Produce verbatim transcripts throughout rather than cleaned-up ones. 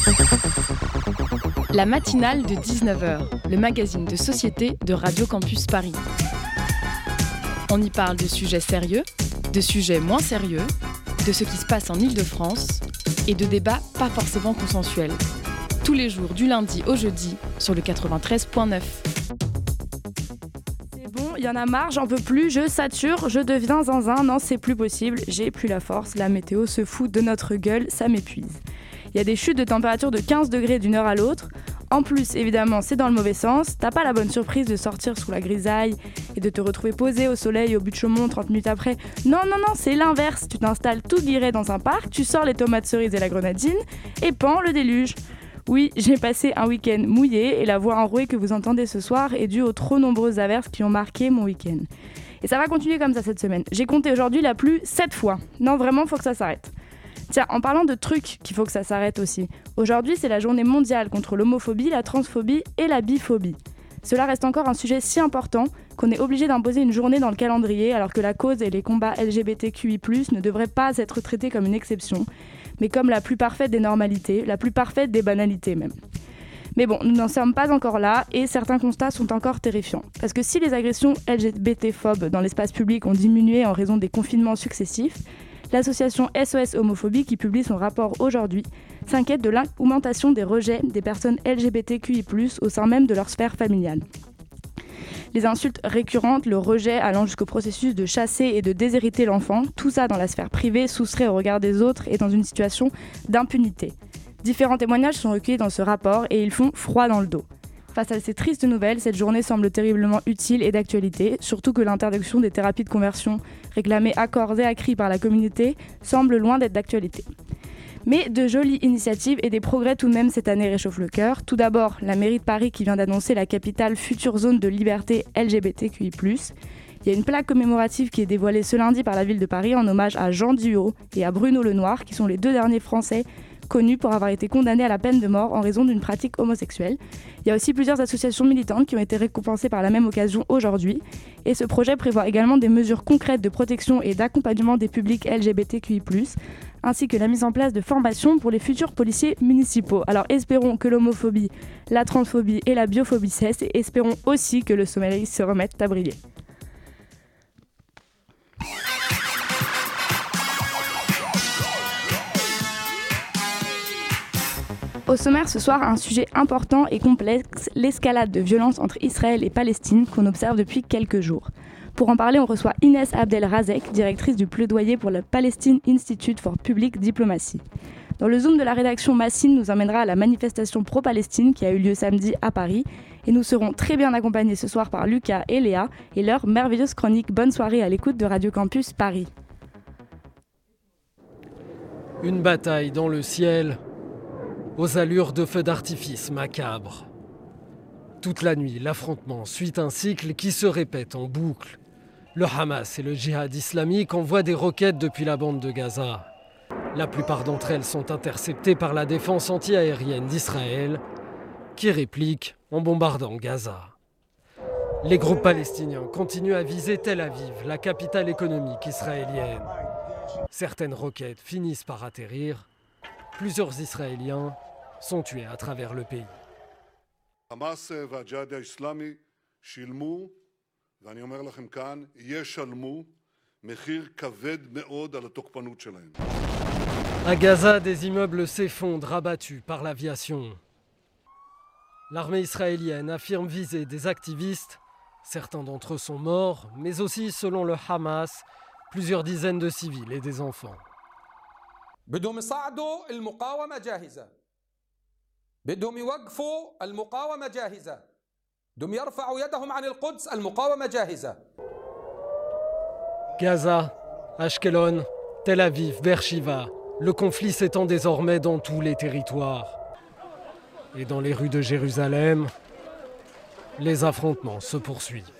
La matinale de dix-neuf heures, le magazine de société de Radio Campus Paris. On y parle de sujets sérieux, de sujets moins sérieux, de ce qui se passe en Île-de-France et de débats pas forcément consensuels. Tous les jours du lundi au jeudi sur le quatre-vingt-treize neuf. C'est bon, il y en a marre, j'en peux plus, je sature, je deviens zinzin, non c'est plus possible, j'ai plus la force, la météo se fout de notre gueule, ça m'épuise. Il y a des chutes de température de quinze degrés d'une heure à l'autre. En plus, évidemment, c'est dans le mauvais sens. T'as pas la bonne surprise de sortir sous la grisaille et de te retrouver posé au soleil au but de Chaumont trente minutes après. Non, non, non, c'est l'inverse. Tu t'installes tout guiré dans un parc, tu sors les tomates cerises et la grenadine, et pan, le déluge. Oui, j'ai passé un week-end mouillé et la voix enrouée que vous entendez ce soir est due aux trop nombreuses averses qui ont marqué mon week-end. Et ça va continuer comme ça cette semaine. J'ai compté aujourd'hui la pluie sept fois. Non, vraiment, faut que ça s'arrête. Tiens, en parlant de trucs qu'il faut que ça s'arrête aussi, aujourd'hui c'est la journée mondiale contre l'homophobie, la transphobie et la biphobie. Cela reste encore un sujet si important qu'on est obligé d'imposer une journée dans le calendrier alors que la cause et les combats L G B T Q I plus, ne devraient pas être traités comme une exception, mais comme la plus parfaite des normalités, la plus parfaite des banalités même. Mais bon, nous n'en sommes pas encore là et certains constats sont encore terrifiants. Parce que si les agressions L G B T-phobes dans l'espace public ont diminué en raison des confinements successifs, l'association S O S Homophobie, qui publie son rapport aujourd'hui, s'inquiète de l'augmentation des rejets des personnes L G B T Q I plus, au sein même de leur sphère familiale. Les insultes récurrentes, le rejet allant jusqu'au processus de chasser et de déshériter l'enfant, tout ça dans la sphère privée, soustrait au regard des autres et dans une situation d'impunité. Différents témoignages sont recueillis dans ce rapport et ils font froid dans le dos. Face à ces tristes nouvelles, cette journée semble terriblement utile et d'actualité, surtout que l'interdiction des thérapies de conversion, réclamée à corps et à cri par la communauté, semble loin d'être d'actualité. Mais de jolies initiatives et des progrès tout de même cette année réchauffent le cœur. Tout d'abord, la mairie de Paris qui vient d'annoncer la capitale future zone de liberté L G B T Q I plus. Il y a une plaque commémorative qui est dévoilée ce lundi par la ville de Paris en hommage à Jean Duhaut et à Bruno Lenoir, qui sont les deux derniers Français connus pour avoir été condamnés à la peine de mort en raison d'une pratique homosexuelle. Il y a aussi plusieurs associations militantes qui ont été récompensées par la même occasion aujourd'hui. Et ce projet prévoit également des mesures concrètes de protection et d'accompagnement des publics L G B T Q I plus, ainsi que la mise en place de formations pour les futurs policiers municipaux. Alors espérons que l'homophobie, la transphobie et la biophobie cessent, et espérons aussi que le soleil se remette à briller. Au sommaire ce soir, un sujet important et complexe, l'escalade de violence entre Israël et Palestine qu'on observe depuis quelques jours. Pour en parler, on reçoit Inès Abdel-Razek, directrice du plaidoyer pour le Palestine Institute for Public Diplomacy. Dans le Zoom de la rédaction, Massine nous emmènera à la manifestation pro-Palestine qui a eu lieu samedi à Paris. Et nous serons très bien accompagnés ce soir par Lucas et Léa et leur merveilleuse chronique. Bonne soirée à l'écoute de Radio Campus Paris. Une bataille dans le ciel, aux allures de feux d'artifice macabres. Toute la nuit, l'affrontement suit un cycle qui se répète en boucle. Le Hamas et le djihad islamique envoient des roquettes depuis la bande de Gaza. La plupart d'entre elles sont interceptées par la défense anti-aérienne d'Israël, qui réplique en bombardant Gaza. Les groupes palestiniens continuent à viser Tel Aviv, la capitale économique israélienne. Certaines roquettes finissent par atterrir. Plusieurs Israéliens sont tués à travers le pays. חמאס והג'יהאד האסלאמי שילמו, ואני אומר לכם כאן, ישלמו מחיר כבד מאוד על התוקפנות שלהם. À Gaza, des immeubles s'effondrent abattus par l'aviation. L'armée israélienne affirme viser des activistes. Certains d'entre eux sont morts, mais aussi, selon le Hamas, plusieurs dizaines de civils et des enfants. بدهم يصعدوا المقاومة جاهزة. بدهم يوقفوا المقاومة جاهزة. بدهم يرفعوا يدهم عن القدس المقاومة جاهزة. Gaza, Ashkelon, Tel Aviv, Beersheva, le conflit s'étend désormais dans tous les territoires. Et dans les rues de Jérusalem, les affrontements se poursuivent.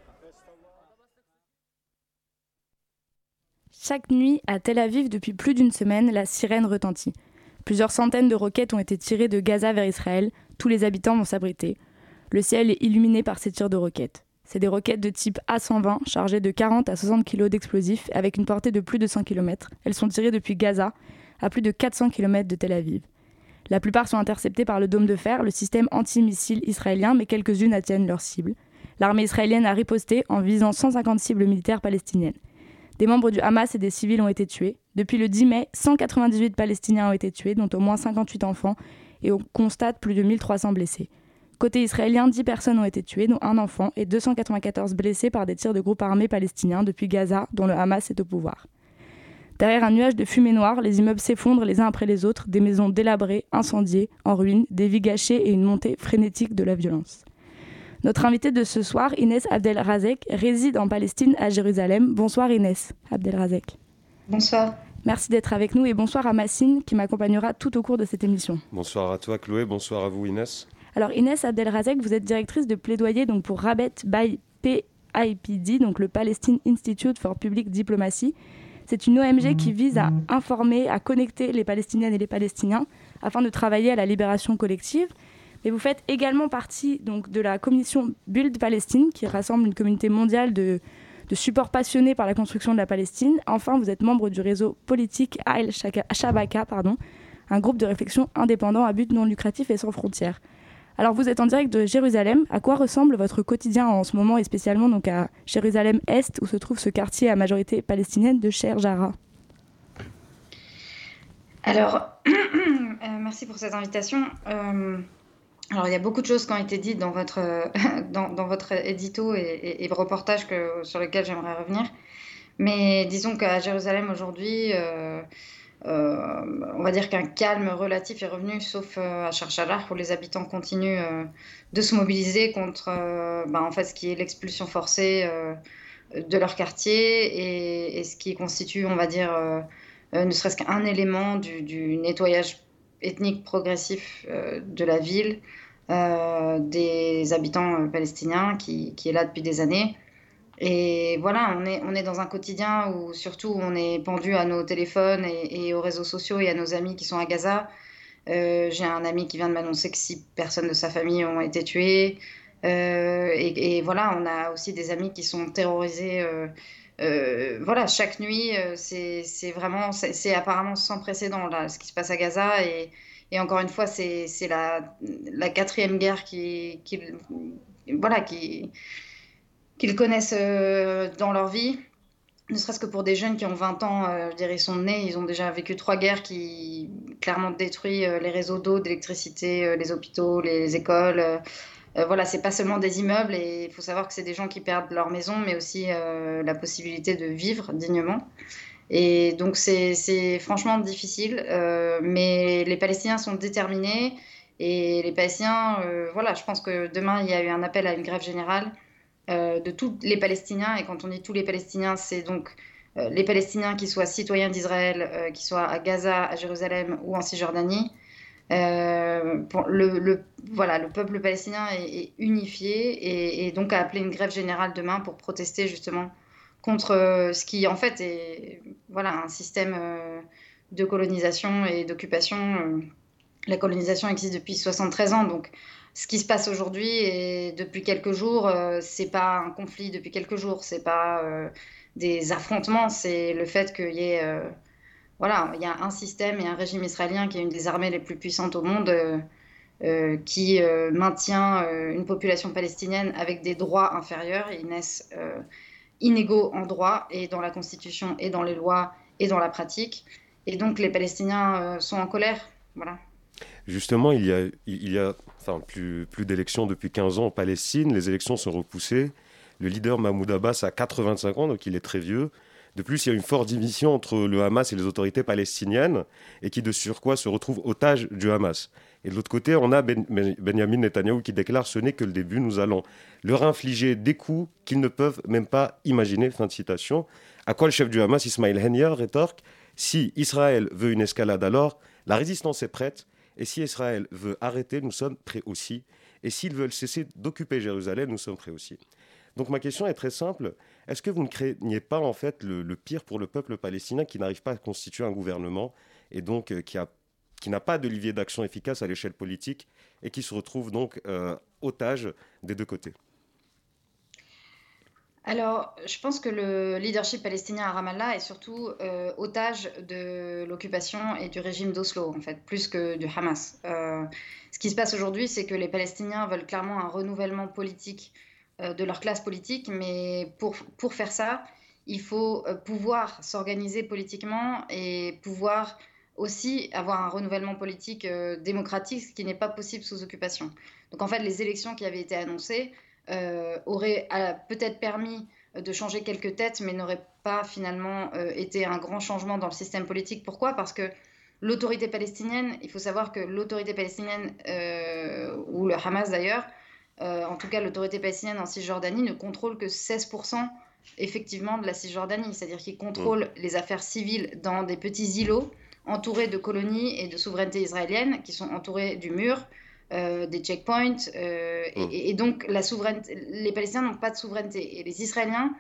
Chaque nuit, à Tel Aviv, depuis plus d'une semaine, la sirène retentit. Plusieurs centaines de roquettes ont été tirées de Gaza vers Israël. Tous les habitants vont s'abriter. Le ciel est illuminé par ces tirs de roquettes. C'est des roquettes de type A cent vingt, chargées de quarante à soixante kilos d'explosifs, avec une portée de plus de cent kilomètres. Elles sont tirées depuis Gaza, à plus de quatre cents kilomètres de Tel Aviv. La plupart sont interceptées par le dôme de fer, le système antimissile israélien, mais quelques-unes atteignent leur cible. L'armée israélienne a riposté en visant cent cinquante cibles militaires palestiniennes. Des membres du Hamas et des civils ont été tués. Depuis le dix mai, cent quatre-vingt-dix-huit Palestiniens ont été tués, dont au moins cinquante-huit enfants, et on constate plus de mille trois cents blessés. Côté israélien, dix personnes ont été tuées, dont un enfant, et deux cent quatre-vingt-quatorze blessés par des tirs de groupes armés palestiniens depuis Gaza, dont le Hamas est au pouvoir. Derrière un nuage de fumée noire, les immeubles s'effondrent les uns après les autres, des maisons délabrées, incendiées, en ruines, des vies gâchées et une montée frénétique de la violence. Notre invitée de ce soir, Inès Abdelrazek, réside en Palestine à Jérusalem. Bonsoir Inès Abdelrazek. Bonsoir. Merci d'être avec nous et bonsoir à Massine qui m'accompagnera tout au cours de cette émission. Bonsoir à toi Chloé, bonsoir à vous Inès. Alors Inès Abdelrazek, vous êtes directrice de plaidoyer donc, pour Rabet by P I P D, donc le Palestine Institute for Public Diplomacy. C'est une O N G qui vise à informer, à connecter les Palestiniennes et les Palestiniens afin de travailler à la libération collective. Mais vous faites également partie donc, de la commission Build Palestine, qui rassemble une communauté mondiale de, de supports passionnés par la construction de la Palestine. Enfin, vous êtes membre du réseau politique Al Shabaka, pardon, un groupe de réflexion indépendant à but non lucratif et sans frontières. Alors, vous êtes en direct de Jérusalem. À quoi ressemble votre quotidien en ce moment, et spécialement donc, à Jérusalem-Est, où se trouve ce quartier à majorité palestinienne de Sheikh Jarrah? Alors, euh, merci pour cette invitation. Euh... Alors, il y a beaucoup de choses qui ont été dites dans votre, dans, dans votre édito et, et, et reportage que, sur lequel j'aimerais revenir. Mais disons qu'à Jérusalem aujourd'hui, euh, euh, on va dire qu'un calme relatif est revenu, sauf euh, à Charchalar, où les habitants continuent euh, de se mobiliser contre euh, ben, en fait, ce qui est l'expulsion forcée euh, de leur quartier et, et ce qui constitue, on va dire, euh, euh, ne serait-ce qu'un élément du, du nettoyage ethnique progressif euh, de la ville, euh, des habitants euh, palestiniens qui, qui est là depuis des années. Et voilà, on est, on est dans un quotidien où surtout on est pendu à nos téléphones et, et aux réseaux sociaux et à nos amis qui sont à Gaza. Euh, j'ai un ami qui vient de m'annoncer que six personnes de sa famille ont été tuées. Euh, et, et voilà, on a aussi des amis qui sont terrorisés. Euh, euh, voilà, chaque nuit, euh, c'est, c'est vraiment, c'est, c'est apparemment sans précédent là, ce qui se passe à Gaza. Et, et encore une fois, c'est, c'est la, la quatrième guerre qui, qui, voilà, qui, qu'ils connaissent euh, dans leur vie. Ne serait-ce que pour des jeunes qui ont vingt ans, euh, je dirais, ils sont nés, ils ont déjà vécu trois guerres qui clairement détruisent euh, les réseaux d'eau, d'électricité, euh, les hôpitaux, les écoles. Euh, euh, voilà, c'est pas seulement des immeubles, et il faut savoir que c'est des gens qui perdent leur maison, mais aussi euh, la possibilité de vivre dignement. Et donc c'est, c'est franchement difficile, euh, mais les Palestiniens sont déterminés, et les Palestiniens, euh, voilà, je pense que demain il y a eu un appel à une grève générale euh, de tous les Palestiniens, et quand on dit tous les Palestiniens, c'est donc euh, les Palestiniens qui soient citoyens d'Israël, euh, qui soient à Gaza, à Jérusalem ou en Cisjordanie. Euh, pour le, le, voilà, le peuple palestinien est, est unifié et, et donc a appelé une grève générale demain pour protester justement contre ce qui en fait est voilà, un système de colonisation et d'occupation. La colonisation existe depuis soixante-treize ans, donc ce qui se passe aujourd'hui et depuis quelques jours, c'est pas un conflit depuis quelques jours, c'est pas euh, des affrontements, c'est le fait qu'il y ait euh, voilà, il y a un système et un régime israélien qui est une des armées les plus puissantes au monde, euh, euh, qui euh, maintient euh, une population palestinienne avec des droits inférieurs. Ils naissent euh, inégaux en droit et dans la Constitution et dans les lois et dans la pratique. Et donc les Palestiniens euh, sont en colère. Voilà. Justement, il y a, il y a enfin, plus, plus d'élections depuis quinze ans en Palestine. Les élections sont repoussées. Le leader Mahmoud Abbas a quatre-vingt-cinq ans, donc il est très vieux. De plus, il y a une forte division entre le Hamas et les autorités palestiniennes, et qui de surcroît se retrouvent otages du Hamas. Et de l'autre côté, on a ben, ben, Benjamin Netanyahou qui déclare « Ce n'est que le début, nous allons leur infliger des coups qu'ils ne peuvent même pas imaginer ». Fin de citation. À quoi le chef du Hamas, Ismail Haniyeh, rétorque « Si Israël veut une escalade, alors la résistance est prête, et si Israël veut arrêter, nous sommes prêts aussi. Et s'ils veulent cesser d'occuper Jérusalem, nous sommes prêts aussi ». Donc ma question est très simple. Est-ce que vous ne craignez pas en fait le, le pire pour le peuple palestinien qui n'arrive pas à constituer un gouvernement et donc euh, qui, a, qui n'a pas de levier d'action efficace à l'échelle politique et qui se retrouve donc euh, otage des deux côtés? Alors, je pense que le leadership palestinien à Ramallah est surtout euh, otage de l'occupation et du régime d'Oslo, en fait, plus que du Hamas. Euh, ce qui se passe aujourd'hui, c'est que les Palestiniens veulent clairement un renouvellement politique euh, de leur classe politique, mais pour, pour faire ça, il faut euh, pouvoir s'organiser politiquement et pouvoir aussi avoir un renouvellement politique euh, démocratique, ce qui n'est pas possible sous occupation. Donc, en fait, les élections qui avaient été annoncées euh, aurait euh, peut-être permis de changer quelques têtes, mais n'aurait pas finalement euh, été un grand changement dans le système politique. Pourquoi ? Parce que l'autorité palestinienne, il faut savoir que l'autorité palestinienne, euh, ou le Hamas d'ailleurs, euh, en tout cas l'autorité palestinienne en Cisjordanie, ne contrôle que seize pour cent effectivement de la Cisjordanie, c'est-à-dire qu'ils contrôlent mmh. les affaires civiles dans des petits îlots entourés de colonies et de souveraineté israélienne qui sont entourés du mur, Euh, des checkpoints, euh, mmh. et, et donc la souveraineté, les Palestiniens n'ont pas de souveraineté. Et les Israéliens,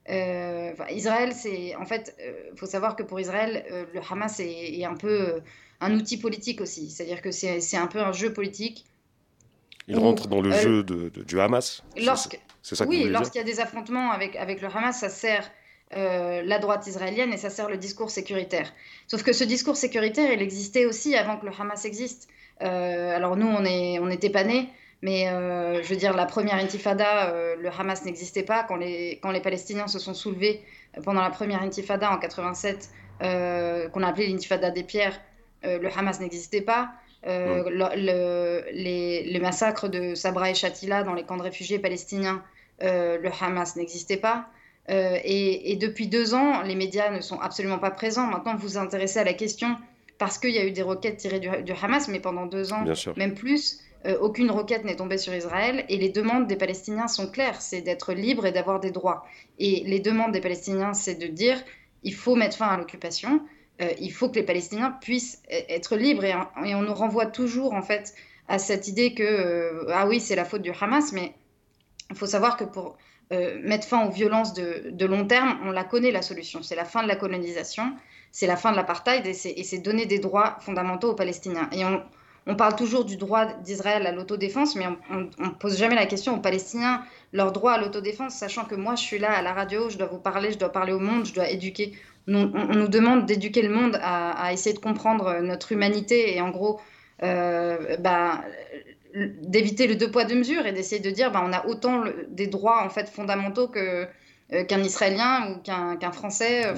euh, enfin, Israël, c'est en fait, il euh, faut savoir que pour Israël, euh, le Hamas est, est un peu euh, un outil politique aussi. C'est-à-dire que c'est, c'est un peu un jeu politique. Il où, rentre dans le euh, jeu de, de, du Hamas. Lorsque, c'est, c'est ça que oui, vous lorsqu'il dire y a des affrontements avec, avec le Hamas, ça sert euh, la droite israélienne et ça sert le discours sécuritaire. Sauf que ce discours sécuritaire, il existait aussi avant que le Hamas existe. Euh, alors nous, on est, on n'était pas nés, mais euh, je veux dire, la première intifada, euh, le Hamas n'existait pas. Quand les, quand les Palestiniens se sont soulevés pendant la première intifada en quatre-vingt-sept, euh, qu'on a appelée l'intifada des pierres, euh, le Hamas n'existait pas. Euh, mmh. le, le, les, les massacres de Sabra et Shatila dans les camps de réfugiés palestiniens, euh, le Hamas n'existait pas. Euh, et, et depuis deux ans, les médias ne sont absolument pas présents. Maintenant, vous vous intéressez à la question parce qu'il y a eu des roquettes tirées du, du Hamas, mais pendant deux ans, même plus, euh, aucune roquette n'est tombée sur Israël. Et les demandes des Palestiniens sont claires, c'est d'être libre et d'avoir des droits. Et les demandes des Palestiniens, c'est de dire, il faut mettre fin à l'occupation, euh, il faut que les Palestiniens puissent être libres. Et, et on nous renvoie toujours, en fait, à cette idée que, euh, ah oui, c'est la faute du Hamas, mais il faut savoir que pour euh, mettre fin aux violences de, de long terme, on la connaît, la solution. C'est la fin de la colonisation, c'est la fin de l'apartheid et c'est, et c'est donner des droits fondamentaux aux Palestiniens. Et on, on parle toujours du droit d'Israël à l'autodéfense, mais on ne pose jamais la question aux Palestiniens, leur droit à l'autodéfense, sachant que moi, je suis là à la radio, je dois vous parler, je dois parler au monde, je dois éduquer. On, on, on nous demande d'éduquer le monde à, à essayer de comprendre notre humanité et en gros, euh, bah, d'éviter le deux poids deux mesures et d'essayer de dire bah, on a autant le, des droits en fait, fondamentaux que, euh, qu'un Israélien ou qu'un, qu'un Français,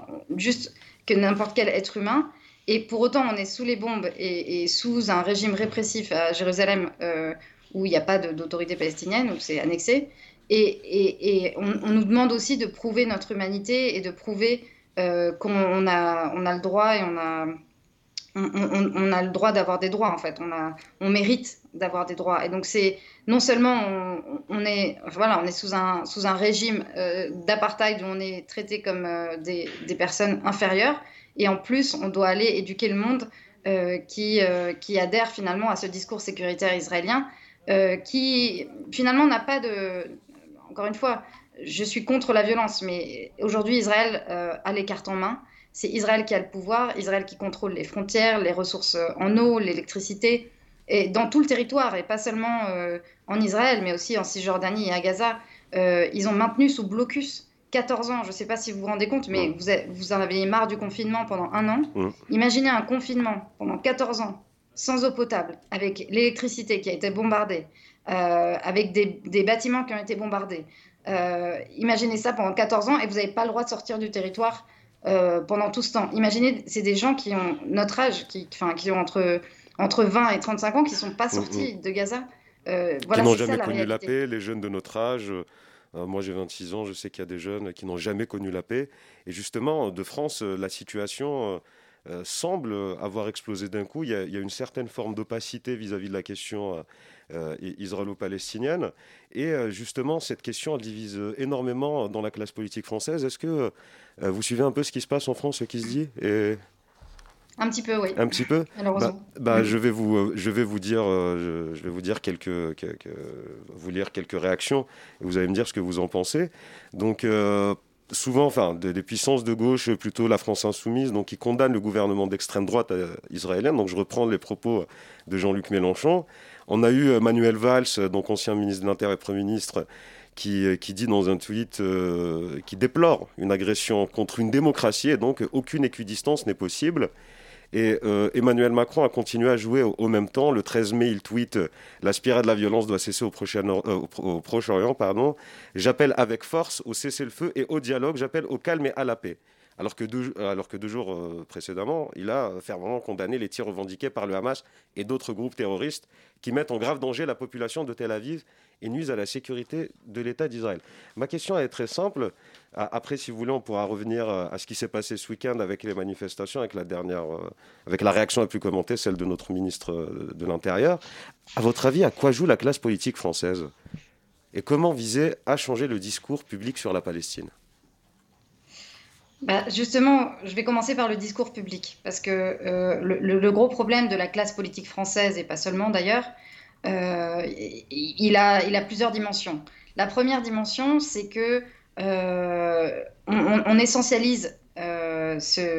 juste que n'importe quel être humain. Et pour autant, on est sous les bombes et, et sous un régime répressif à Jérusalem euh, où il n'y a pas de, d'autorité palestinienne, où c'est annexé. Et, et, et on, on nous demande aussi de prouver notre humanité et de prouver euh, qu'on a, on a le droit et on a, on, on, on a le droit d'avoir des droits, en fait. On, a, on mérite d'avoir des droits. Et donc, c'est, non seulement on, on, est, voilà, on est sous un, sous un régime euh, d'apartheid où on est traité comme euh, des, des personnes inférieures, et en plus, on doit aller éduquer le monde euh, qui, euh, qui adhère finalement à ce discours sécuritaire israélien, euh, qui finalement n'a pas de... Encore une fois, je suis contre la violence, mais aujourd'hui, Israël euh, a les cartes en main. C'est Israël qui a le pouvoir, Israël qui contrôle les frontières, les ressources en eau, l'électricité, et dans tout le territoire, et pas seulement euh, en Israël, mais aussi en Cisjordanie et à Gaza. Euh, ils ont maintenu sous blocus quatorze ans, je ne sais pas si vous vous rendez compte, mais mmh. vous, avez, vous en aviez marre du confinement pendant un an. Mmh. Imaginez un confinement pendant quatorze ans, sans eau potable, avec l'électricité qui a été bombardée, euh, avec des, des bâtiments qui ont été bombardés. Euh, imaginez ça pendant quatorze ans et vous n'avez pas le droit de sortir du territoire euh, pendant tout ce temps. Imaginez, c'est des gens qui ont notre âge, qui, enfin, qui ont entre, entre vingt et trente-cinq ans, qui ne sont pas sortis mmh. de Gaza. Euh, voilà, qui n'ont jamais ça, connu la, la paix, les jeunes de notre âge... Euh, moi, j'ai vingt-six ans, je sais qu'il y a des jeunes qui n'ont jamais connu la paix. Et justement, de France, la situation euh, semble avoir explosé d'un coup. Il y a, il y a une certaine forme d'opacité vis-à-vis de la question euh, israélo-palestinienne. Et euh, justement, cette question elle divise énormément dans la classe politique française. Est-ce que euh, vous suivez un peu ce qui se passe en France, ce qui se dit et... Un petit peu, oui. Un petit peu. Malheureusement. Bah, bah, je vais vous, je vais vous dire, je, je vais vous dire quelques, quelques, vous lire quelques réactions. Et vous allez me dire ce que vous en pensez. Donc, euh, souvent, enfin, des, des puissances de gauche, plutôt la France insoumise, donc qui condamnent le gouvernement d'extrême droite euh, israélien. Donc, je reprends les propos de Jean-Luc Mélenchon. On a eu Manuel Valls, donc ancien ministre de l'Intérieur et Premier ministre, qui, qui dit dans un tweet euh, qui déplore une agression contre une démocratie et donc aucune équidistance n'est possible. Et euh, Emmanuel Macron a continué à jouer au, au même temps. Le treize mai, il tweet « La spirale de la violence doit cesser au, Proche- euh, au, au Proche-Orient. Pardon. J'appelle avec force au cessez-le-feu et au dialogue. J'appelle au calme et à la paix. » Alors que deux, alors que deux jours euh, précédemment, il a fermement condamné les tirs revendiqués par le Hamas et d'autres groupes terroristes qui mettent en grave danger la population de Tel Aviv et nuisent à la sécurité de l'État d'Israël. Ma question est très simple. Après, si vous voulez, on pourra revenir à ce qui s'est passé ce week-end avec les manifestations, avec la dernière, avec la réaction la plus commentée, celle de notre ministre de l'Intérieur. À votre avis, à quoi joue la classe politique française ? Et comment viser à changer le discours public sur la Palestine ? Bah justement, je vais commencer par le discours public, parce que euh, le, le, le gros problème de la classe politique française, et pas seulement d'ailleurs, euh, il, a, il a plusieurs dimensions. La première dimension, c'est que euh, on, on essentialise euh,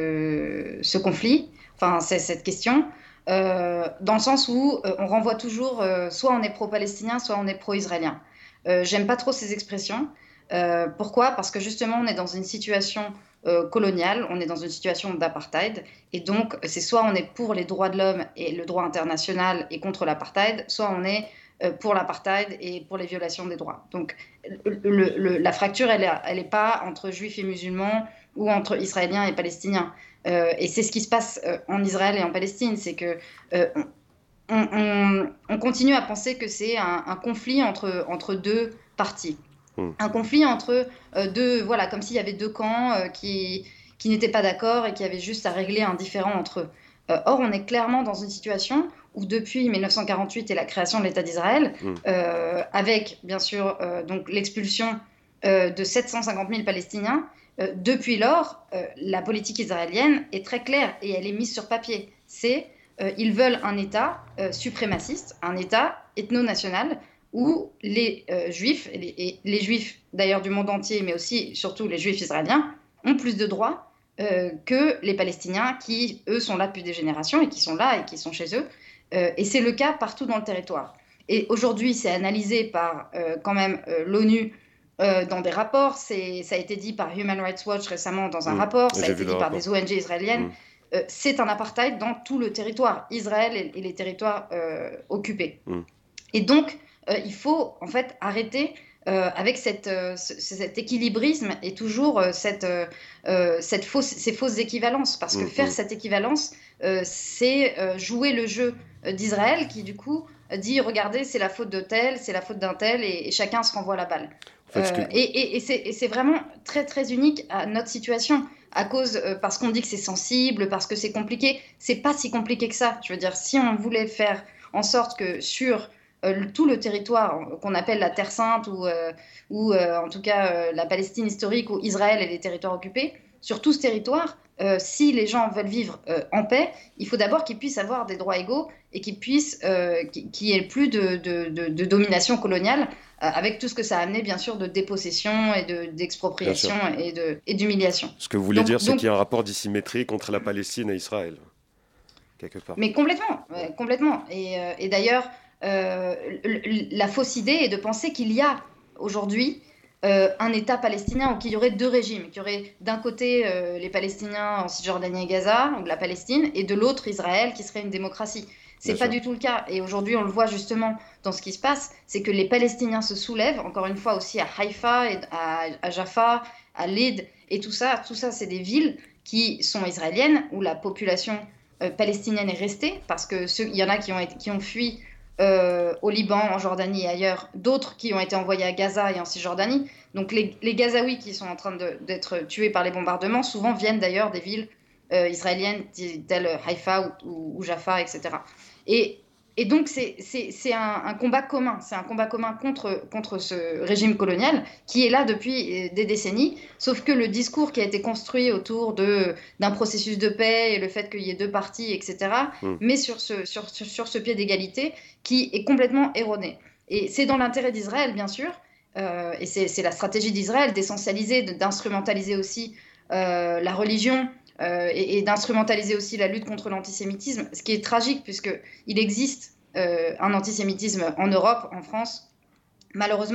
ce, ce conflit, enfin c'est, cette question, euh, dans le sens où euh, on renvoie toujours, euh, soit on est pro-palestinien, soit on est pro-israélien. Euh, j'aime pas trop ces expressions. Euh, pourquoi ? Parce que justement, on est dans une situation Euh, coloniale, on est dans une situation d'apartheid, et donc c'est soit on est pour les droits de l'homme et le droit international et contre l'apartheid, soit on est euh, pour l'apartheid et pour les violations des droits. Donc le, le, la fracture, elle n'est elle est pas entre juifs et musulmans ou entre israéliens et palestiniens. Euh, et c'est ce qui se passe euh, en Israël et en Palestine, c'est que euh, on, on, on continue à penser que c'est un, un conflit entre, entre deux parties. Un conflit entre euh, deux, voilà, comme s'il y avait deux camps euh, qui, qui n'étaient pas d'accord et qui avaient juste à régler un différend entre eux. Euh, or, on est clairement dans une situation où depuis mille neuf cent quarante-huit et la création de l'État d'Israël, mmh. euh, avec bien sûr euh, donc, l'expulsion euh, de sept cent cinquante mille Palestiniens, euh, depuis lors, euh, la politique israélienne est très claire et elle est mise sur papier. C'est euh, ils veulent un État euh, suprémaciste, un État ethno-national, où les euh, juifs, et les, et les juifs d'ailleurs du monde entier, mais aussi surtout les juifs israéliens, ont plus de droits euh, que les Palestiniens qui, eux, sont là depuis des générations et qui sont là et qui sont chez eux. Euh, et c'est le cas partout dans le territoire. Et aujourd'hui, c'est analysé par euh, quand même euh, l'ONU euh, dans des rapports. C'est, ça a été dit par Human Rights Watch récemment dans un mmh. rapport. Ça a été dit par des O N G israéliennes. Mmh. Euh, c'est un apartheid dans tout le territoire, Israël et, et les territoires euh, occupés. Mmh. Et donc, Euh, il faut en fait arrêter euh, avec cette, euh, ce, cet équilibrisme et toujours euh, cette, euh, cette fausse, ces fausses équivalences. Parce que mmh, faire mmh. cette équivalence, euh, c'est euh, jouer le jeu d'Israël qui du coup dit « regardez, c'est la faute de tel, c'est la faute d'un tel » et, et chacun se renvoie la balle. En fait, euh, que... Et, et, et, c'est, et c'est vraiment très très unique à notre situation. À cause, euh, parce qu'on dit que c'est sensible, parce que c'est compliqué. C'est pas si compliqué que ça. Je veux dire, si on voulait faire en sorte que sur Euh, tout le territoire qu'on appelle la Terre Sainte ou, euh, ou euh, en tout cas euh, la Palestine historique ou Israël et les territoires occupés, sur tout ce territoire, euh, si les gens veulent vivre euh, en paix, il faut d'abord qu'ils puissent avoir des droits égaux et qu'ils puissent, euh, qu'il n'y ait plus de, de, de, de domination coloniale, euh, avec tout ce que ça a amené bien sûr de dépossession et de, d'expropriation et, de, et d'humiliation. Ce que vous voulez donc, dire, c'est donc, qu'il y a un rapport dissymétrie contre la Palestine et Israël, quelque part. Mais complètement, ouais, complètement. Et, euh, et d'ailleurs, Euh, la fausse idée est de penser qu'il y a aujourd'hui euh, un État palestinien ou qu'il y aurait deux régimes, qu'il y aurait d'un côté euh, les Palestiniens en Cisjordanie et Gaza, ou la Palestine, et de l'autre Israël qui serait une démocratie. C'est Bien pas sûr. Du tout le cas. Et aujourd'hui, on le voit justement dans ce qui se passe, c'est que les Palestiniens se soulèvent, encore une fois aussi à Haïfa, et à, à Jaffa, à Lyd, et tout ça, tout ça, c'est des villes qui sont israéliennes, où la population euh, palestinienne est restée, parce qu'il y en a qui ont, été, qui ont fui Euh, au Liban, en Jordanie et ailleurs, d'autres qui ont été envoyés à Gaza et en Cisjordanie. Donc les, les Gazaouis qui sont en train de, d'être tués par les bombardements, souvent viennent d'ailleurs des villes euh, israéliennes telles Haïfa ou, ou, ou Jaffa, et cetera. Et, et donc c'est, c'est, c'est un, un combat commun, c'est un combat commun contre, contre ce régime colonial qui est là depuis des décennies, sauf que le discours qui a été construit autour de, d'un processus de paix et le fait qu'il y ait deux parties, et cetera, mmh. met sur ce, sur, sur, sur ce pied d'égalité qui est complètement erroné. Et c'est dans l'intérêt d'Israël, bien sûr, euh, et c'est, c'est la stratégie d'Israël d'essentialiser, d'instrumentaliser aussi euh, la religion euh, et, et d'instrumentaliser aussi la lutte contre l'antisémitisme, ce qui est tragique puisqu'il existe euh, un antisémitisme en Europe, en France. Malheureusement,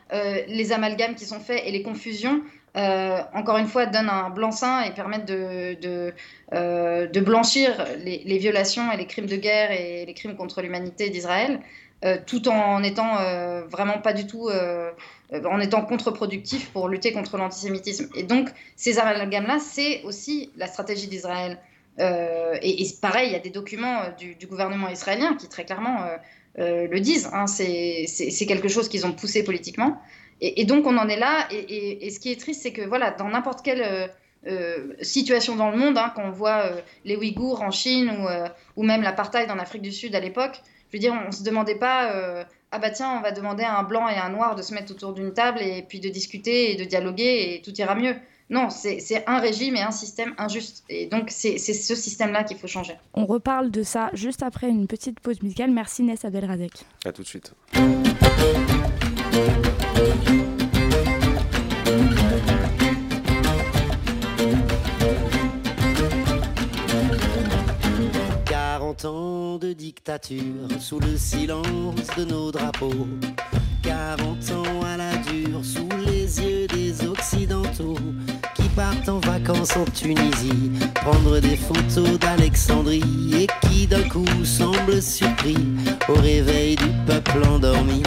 euh, les amalgames qui sont faits et les confusions, euh, encore une fois, donnent un blanc-seing et permettent de, de, euh, de blanchir les, les violations et les crimes de guerre et les crimes contre l'humanité d'Israël, euh, tout en étant euh, vraiment pas du tout, euh, en étant contre-productif pour lutter contre l'antisémitisme. Et donc, ces amalgames-là, c'est aussi la stratégie d'Israël. Euh, et, et pareil, il y a des documents euh, du, du gouvernement israélien qui très clairement euh, euh, le disent. Hein, c'est, c'est, c'est quelque chose qu'ils ont poussé politiquement. Et, et donc on en est là. Et, et, et ce qui est triste, c'est que voilà, dans n'importe quelle euh, euh, situation dans le monde, hein, quand on voit euh, les Ouïghours en Chine ou, euh, ou même l'apartheid en Afrique du Sud à l'époque, je veux dire, on ne se demandait pas euh, ah bah tiens, on va demander à un blanc et à un noir de se mettre autour d'une table et puis de discuter et de dialoguer et tout ira mieux. Non, c'est, c'est un régime et un système injuste. Et donc, c'est, c'est ce système-là qu'il faut changer. On reparle de ça juste après une petite pause musicale. Merci Ness Abdelrazek. À tout de suite. quarante ans de dictature sous le silence de nos drapeaux. quarante ans à la dure sous les yeux des Occidentaux qui partent en vacances en Tunisie, prendre des photos d'Alexandrie et qui d'un coup semblent surpris au réveil du peuple endormi.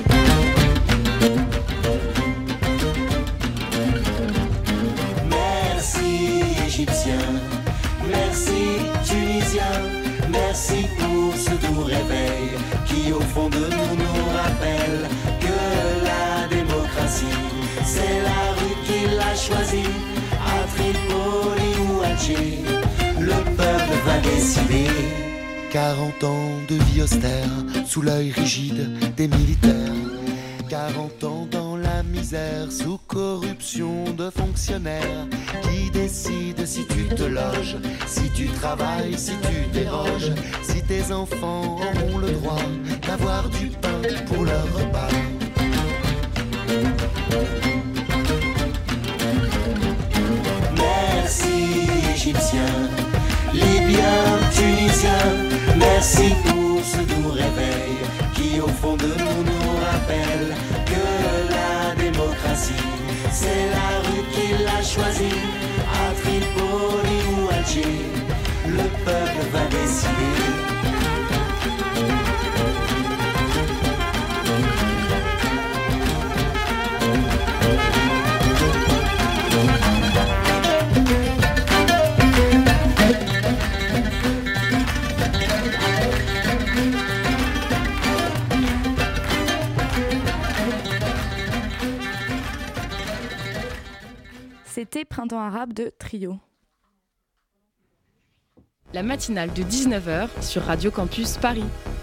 Merci Égyptiens, merci Tunisiens, merci pour ce doux réveil qui au fond de nous nous rappelle que la démocratie, c'est la rue qui l'a choisie. À Tripoli ou Alger, le peuple va décider. quarante ans de vie austère sous l'œil rigide des militaires. quarante ans dans la misère sous corruption de fonctionnaires qui décident si tu te loges, si tu travailles, si tu déroges, si tes enfants auront le droit d'avoir du pain pour leur repas. Merci Égyptiens, Libyens, Tunisiens, merci pour ce doux réveil qui au fond de nous nous rappelle que la démocratie, c'est la rue qui l'a choisie. À Tripoli ou Alger, le peuple va décider. C'était Printemps arabe de Trio. La matinale de dix-neuf heures sur Radio Campus Paris.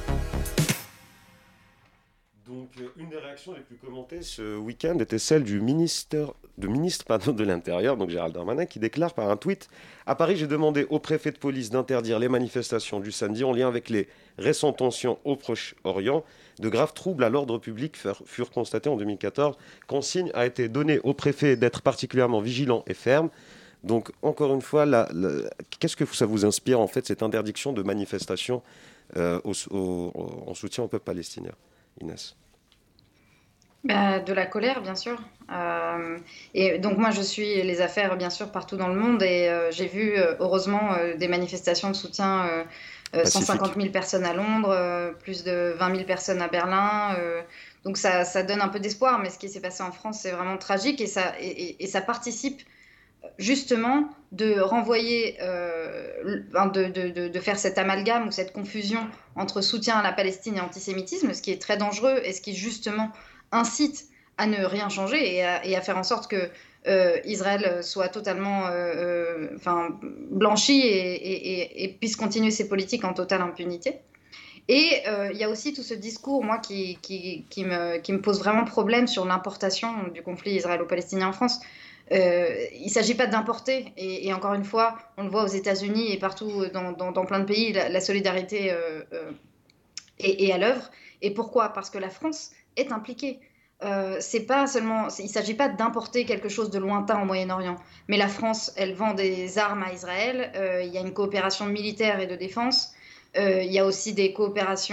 Donc, une des réactions les plus commentées ce week-end était celle du ministre de, ministre, pardon, de l'Intérieur, donc Gérald Darmanin, qui déclare par un tweet « À Paris, j'ai demandé au préfet de police d'interdire les manifestations du samedi en lien avec les récentes tensions au Proche-Orient. De graves troubles à l'ordre public furent constatés en deux mille quatorze. Consigne a été donnée au préfet d'être particulièrement vigilant et ferme. » Donc, encore une fois, la, la, qu'est-ce que ça vous inspire, en fait, cette interdiction de manifestation euh, au, au, en soutien au peuple palestinien, Inès? Bah, de la colère, bien sûr. Euh, et donc moi, je suis les affaires, bien sûr, partout dans le monde. Et euh, j'ai vu, euh, heureusement, euh, des manifestations de soutien, euh, euh, cent cinquante mille personnes à Londres, euh, plus de vingt mille personnes à Berlin. Euh, donc ça, ça donne un peu d'espoir. Mais ce qui s'est passé en France, c'est vraiment tragique. Et ça, et, et, et ça participe justement de renvoyer, euh, de, de, de, de faire cet amalgame ou cette confusion entre soutien à la Palestine et antisémitisme, ce qui est très dangereux et ce qui, justement, incite à ne rien changer et à, et à faire en sorte que euh, Israël soit totalement euh, euh, blanchi et, et, et, et puisse continuer ses politiques en totale impunité. Et il euh, y a aussi tout ce discours, moi, qui, qui, qui, me, qui me pose vraiment problème sur l'importation du conflit israélo-palestinien en France. Euh, il ne s'agit pas d'importer, et, et encore une fois, on le voit aux États-Unis et partout dans, dans, dans plein de pays, la, la solidarité euh, euh, est, est à l'œuvre. Et pourquoi ? Parce que la France est impliquée. Euh, c'est pas seulement, c'est, il ne s'agit pas d'importer quelque chose de lointain au Moyen-Orient, mais la France, elle vend des armes à Israël, euh, il y a une coopération militaire et de défense, euh, il y a aussi des coopérations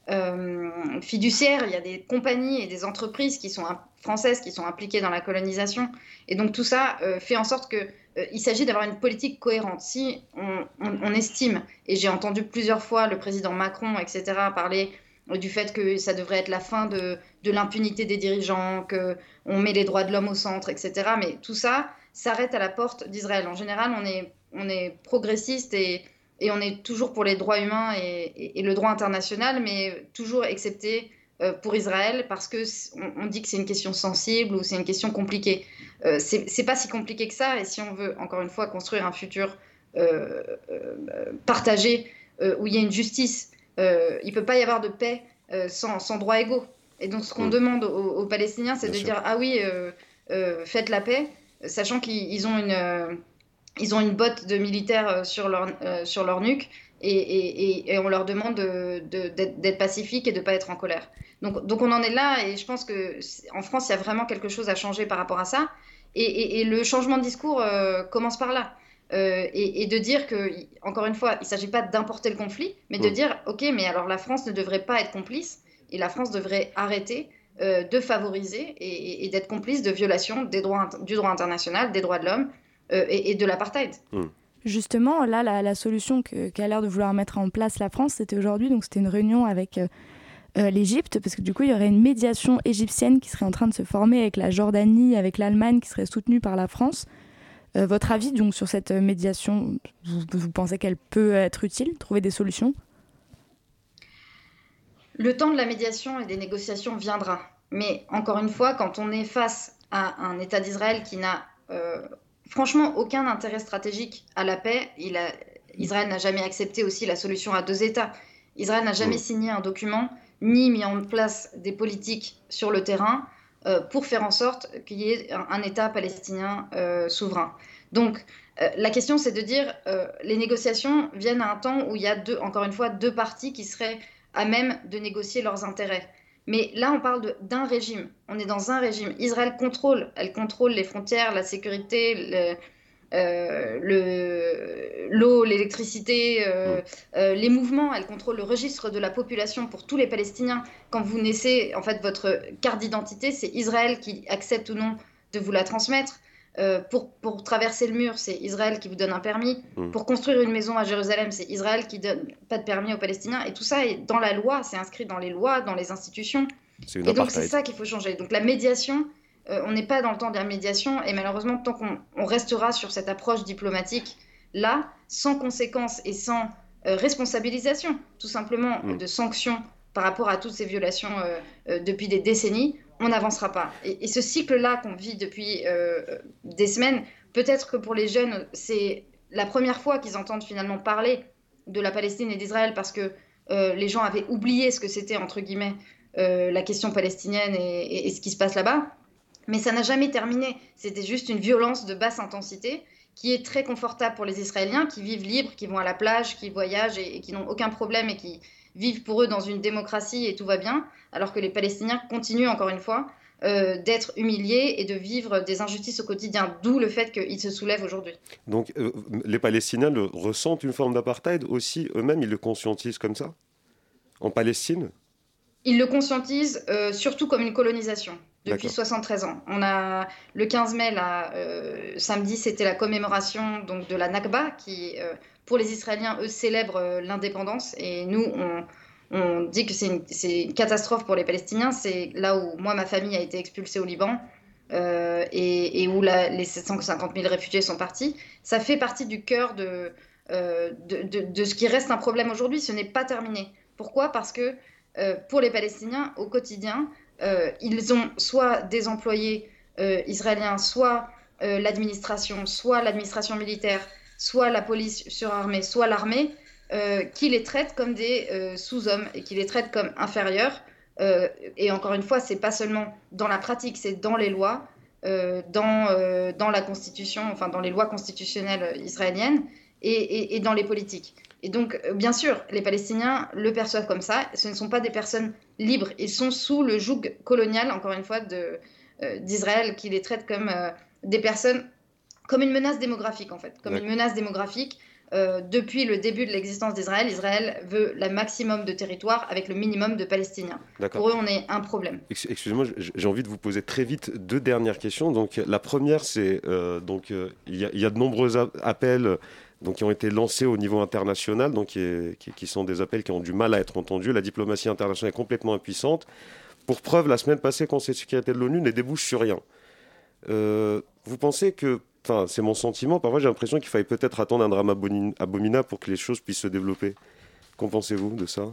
euh, fiduciaire, il y a des compagnies et des entreprises qui sont françaises qui sont impliquées dans la colonisation. Et donc tout ça euh, fait en sorte qu'il euh, s'agit d'avoir une politique cohérente. Si on, on, on estime, et j'ai entendu plusieurs fois le président Macron, et cetera, parler du fait que ça devrait être la fin de, de l'impunité des dirigeants, qu'on met les droits de l'homme au centre, et cetera. Mais tout ça s'arrête à la porte d'Israël. En général, on est, on est progressiste et, et on est toujours pour les droits humains et, et, et le droit international, mais toujours excepté euh, pour Israël parce qu'on on dit que c'est une question sensible ou c'est une question compliquée. Euh, c'est, c'est pas si compliqué que ça, et si on veut, encore une fois, construire un futur euh, euh, partagé euh, où il y a une justice, euh, il peut pas y avoir de paix euh, sans, sans droits égaux. Et donc ce qu'on mmh. demande aux, aux Palestiniens, c'est Bien de sûr. dire « Ah oui, euh, euh, faites la paix », sachant qu'ils ont une, euh, ils ont une botte de militaires sur leur, euh, sur leur nuque et, et, et on leur demande de, de, d'être, d'être pacifiques et de ne pas être en colère. Donc, donc on en est là, et je pense qu'en France, il y a vraiment quelque chose à changer par rapport à ça. Et, et, et le changement de discours euh, commence par là. Euh, et, et de dire que, encore une fois, il ne s'agit pas d'importer le conflit, mais de mmh. dire « Ok, mais alors la France ne devrait pas être complice et la France devrait arrêter Euh, de favoriser et, et d'être complice de violations des droits, du droit international, des droits de l'homme euh, et, et de l'apartheid. Mmh. Justement, là, la, la solution que, qu'a l'air de vouloir mettre en place la France, c'était aujourd'hui, donc c'était une réunion avec euh, euh, l'Égypte, parce que du coup, il y aurait une médiation égyptienne qui serait en train de se former avec la Jordanie, avec l'Allemagne, qui serait soutenue par la France. Euh, votre avis donc, sur cette médiation, vous, vous pensez qu'elle peut être utile, trouver des solutions ? Le temps de la médiation et des négociations viendra. Mais encore une fois, quand on est face à un État d'Israël qui n'a euh, franchement aucun intérêt stratégique à la paix, il a, Israël n'a jamais accepté aussi la solution à deux États. Israël n'a jamais signé un document, ni mis en place des politiques sur le terrain euh, pour faire en sorte qu'il y ait un, un État palestinien euh, souverain. Donc, euh, la question, c'est de dire euh, les négociations viennent à un temps où il y a, deux, encore une fois, deux parties qui seraient à même de négocier leurs intérêts. Mais là, on parle de, d'un régime. On est dans un régime. Israël contrôle. Elle contrôle les frontières, la sécurité, le, euh, le, l'eau, l'électricité, euh, euh, les mouvements. Elle contrôle le registre de la population pour tous les Palestiniens. Quand vous naissez, en fait, votre carte d'identité, c'est Israël qui accepte ou non de vous la transmettre. Euh, pour, pour traverser le mur, c'est Israël qui vous donne un permis. Mmh. Pour construire une maison à Jérusalem, c'est Israël qui donne pas de permis aux Palestiniens. Et tout ça est dans la loi, c'est inscrit dans les lois, dans les institutions. C'est une et donc c'est ça qu'il faut changer. Donc la médiation, euh, on n'est pas dans le temps de la médiation. Et malheureusement, tant qu'on on restera sur cette approche diplomatique là, sans conséquences et sans euh, responsabilisation, tout simplement mmh. de sanctions par rapport à toutes ces violations euh, euh, depuis des décennies, on n'avancera pas. Et, et ce cycle-là qu'on vit depuis euh, des semaines, peut-être que pour les jeunes, c'est la première fois qu'ils entendent finalement parler de la Palestine et d'Israël parce que euh, les gens avaient oublié ce que c'était, entre guillemets, euh, la question palestinienne et, et, et ce qui se passe là-bas. Mais ça n'a jamais terminé. C'était juste une violence de basse intensité qui est très confortable pour les Israéliens, qui vivent libres, qui vont à la plage, qui voyagent et, et qui n'ont aucun problème et qui vivent pour eux dans une démocratie et tout va bien, alors que les Palestiniens continuent, encore une fois, euh, d'être humiliés et de vivre des injustices au quotidien, d'où le fait qu'ils se soulèvent aujourd'hui. Donc euh, les Palestiniens le, ressentent une forme d'apartheid aussi, eux-mêmes, ils le conscientisent comme ça, en Palestine ? Ils le conscientisent euh, surtout comme une colonisation. Depuis D'accord. soixante-treize ans. On a le quinze mai, là, euh, samedi, c'était la commémoration donc, de la Nakba, qui, euh, pour les Israéliens, eux, célèbrent euh, l'indépendance. Et nous, on, on dit que c'est une, c'est une catastrophe pour les Palestiniens. C'est là où moi, ma famille a été expulsée au Liban euh, et, et où la, les sept cent cinquante mille réfugiés sont partis. Ça fait partie du cœur de, euh, de, de, de ce qui reste un problème aujourd'hui. Ce n'est pas terminé. Pourquoi ? Parce que euh, pour les Palestiniens, au quotidien, Euh, ils ont soit des employés euh, israéliens, soit euh, l'administration, soit l'administration militaire, soit la police surarmée, soit l'armée, euh, qui les traitent comme des euh, sous-hommes et qui les traitent comme inférieurs. Euh, et encore une fois, c'est pas seulement dans la pratique, c'est dans les lois, euh, dans, euh, dans la constitution, enfin dans les lois constitutionnelles israéliennes et, et, et dans les politiques. Et donc, bien sûr, les Palestiniens le perçoivent comme ça. Ce ne sont pas des personnes libres. Ils sont sous le joug colonial, encore une fois, de, euh, d'Israël, qui les traite comme euh, des personnes, comme une menace démographique, en fait. Comme ouais. une menace démographique euh, depuis le début de l'existence d'Israël, Israël veut le maximum de territoire avec le minimum de Palestiniens. D'accord. Pour eux, on est un problème. Ex- Excusez-moi, j'ai envie de vous poser très vite deux dernières questions. Donc, la première, c'est euh, donc euh, il y, y a de nombreux a- appels donc, qui ont été lancés au niveau international, donc qui, qui, qui sont des appels qui ont du mal à être entendus. La diplomatie internationale est complètement impuissante. Pour preuve, la semaine passée, le Conseil de sécurité de l'ONU ne débouche sur rien. Euh, vous pensez que Enfin, c'est mon sentiment. Parfois, j'ai l'impression qu'il fallait peut-être attendre un drame abomin- abominable pour que les choses puissent se développer. Qu'en pensez-vous de ça ?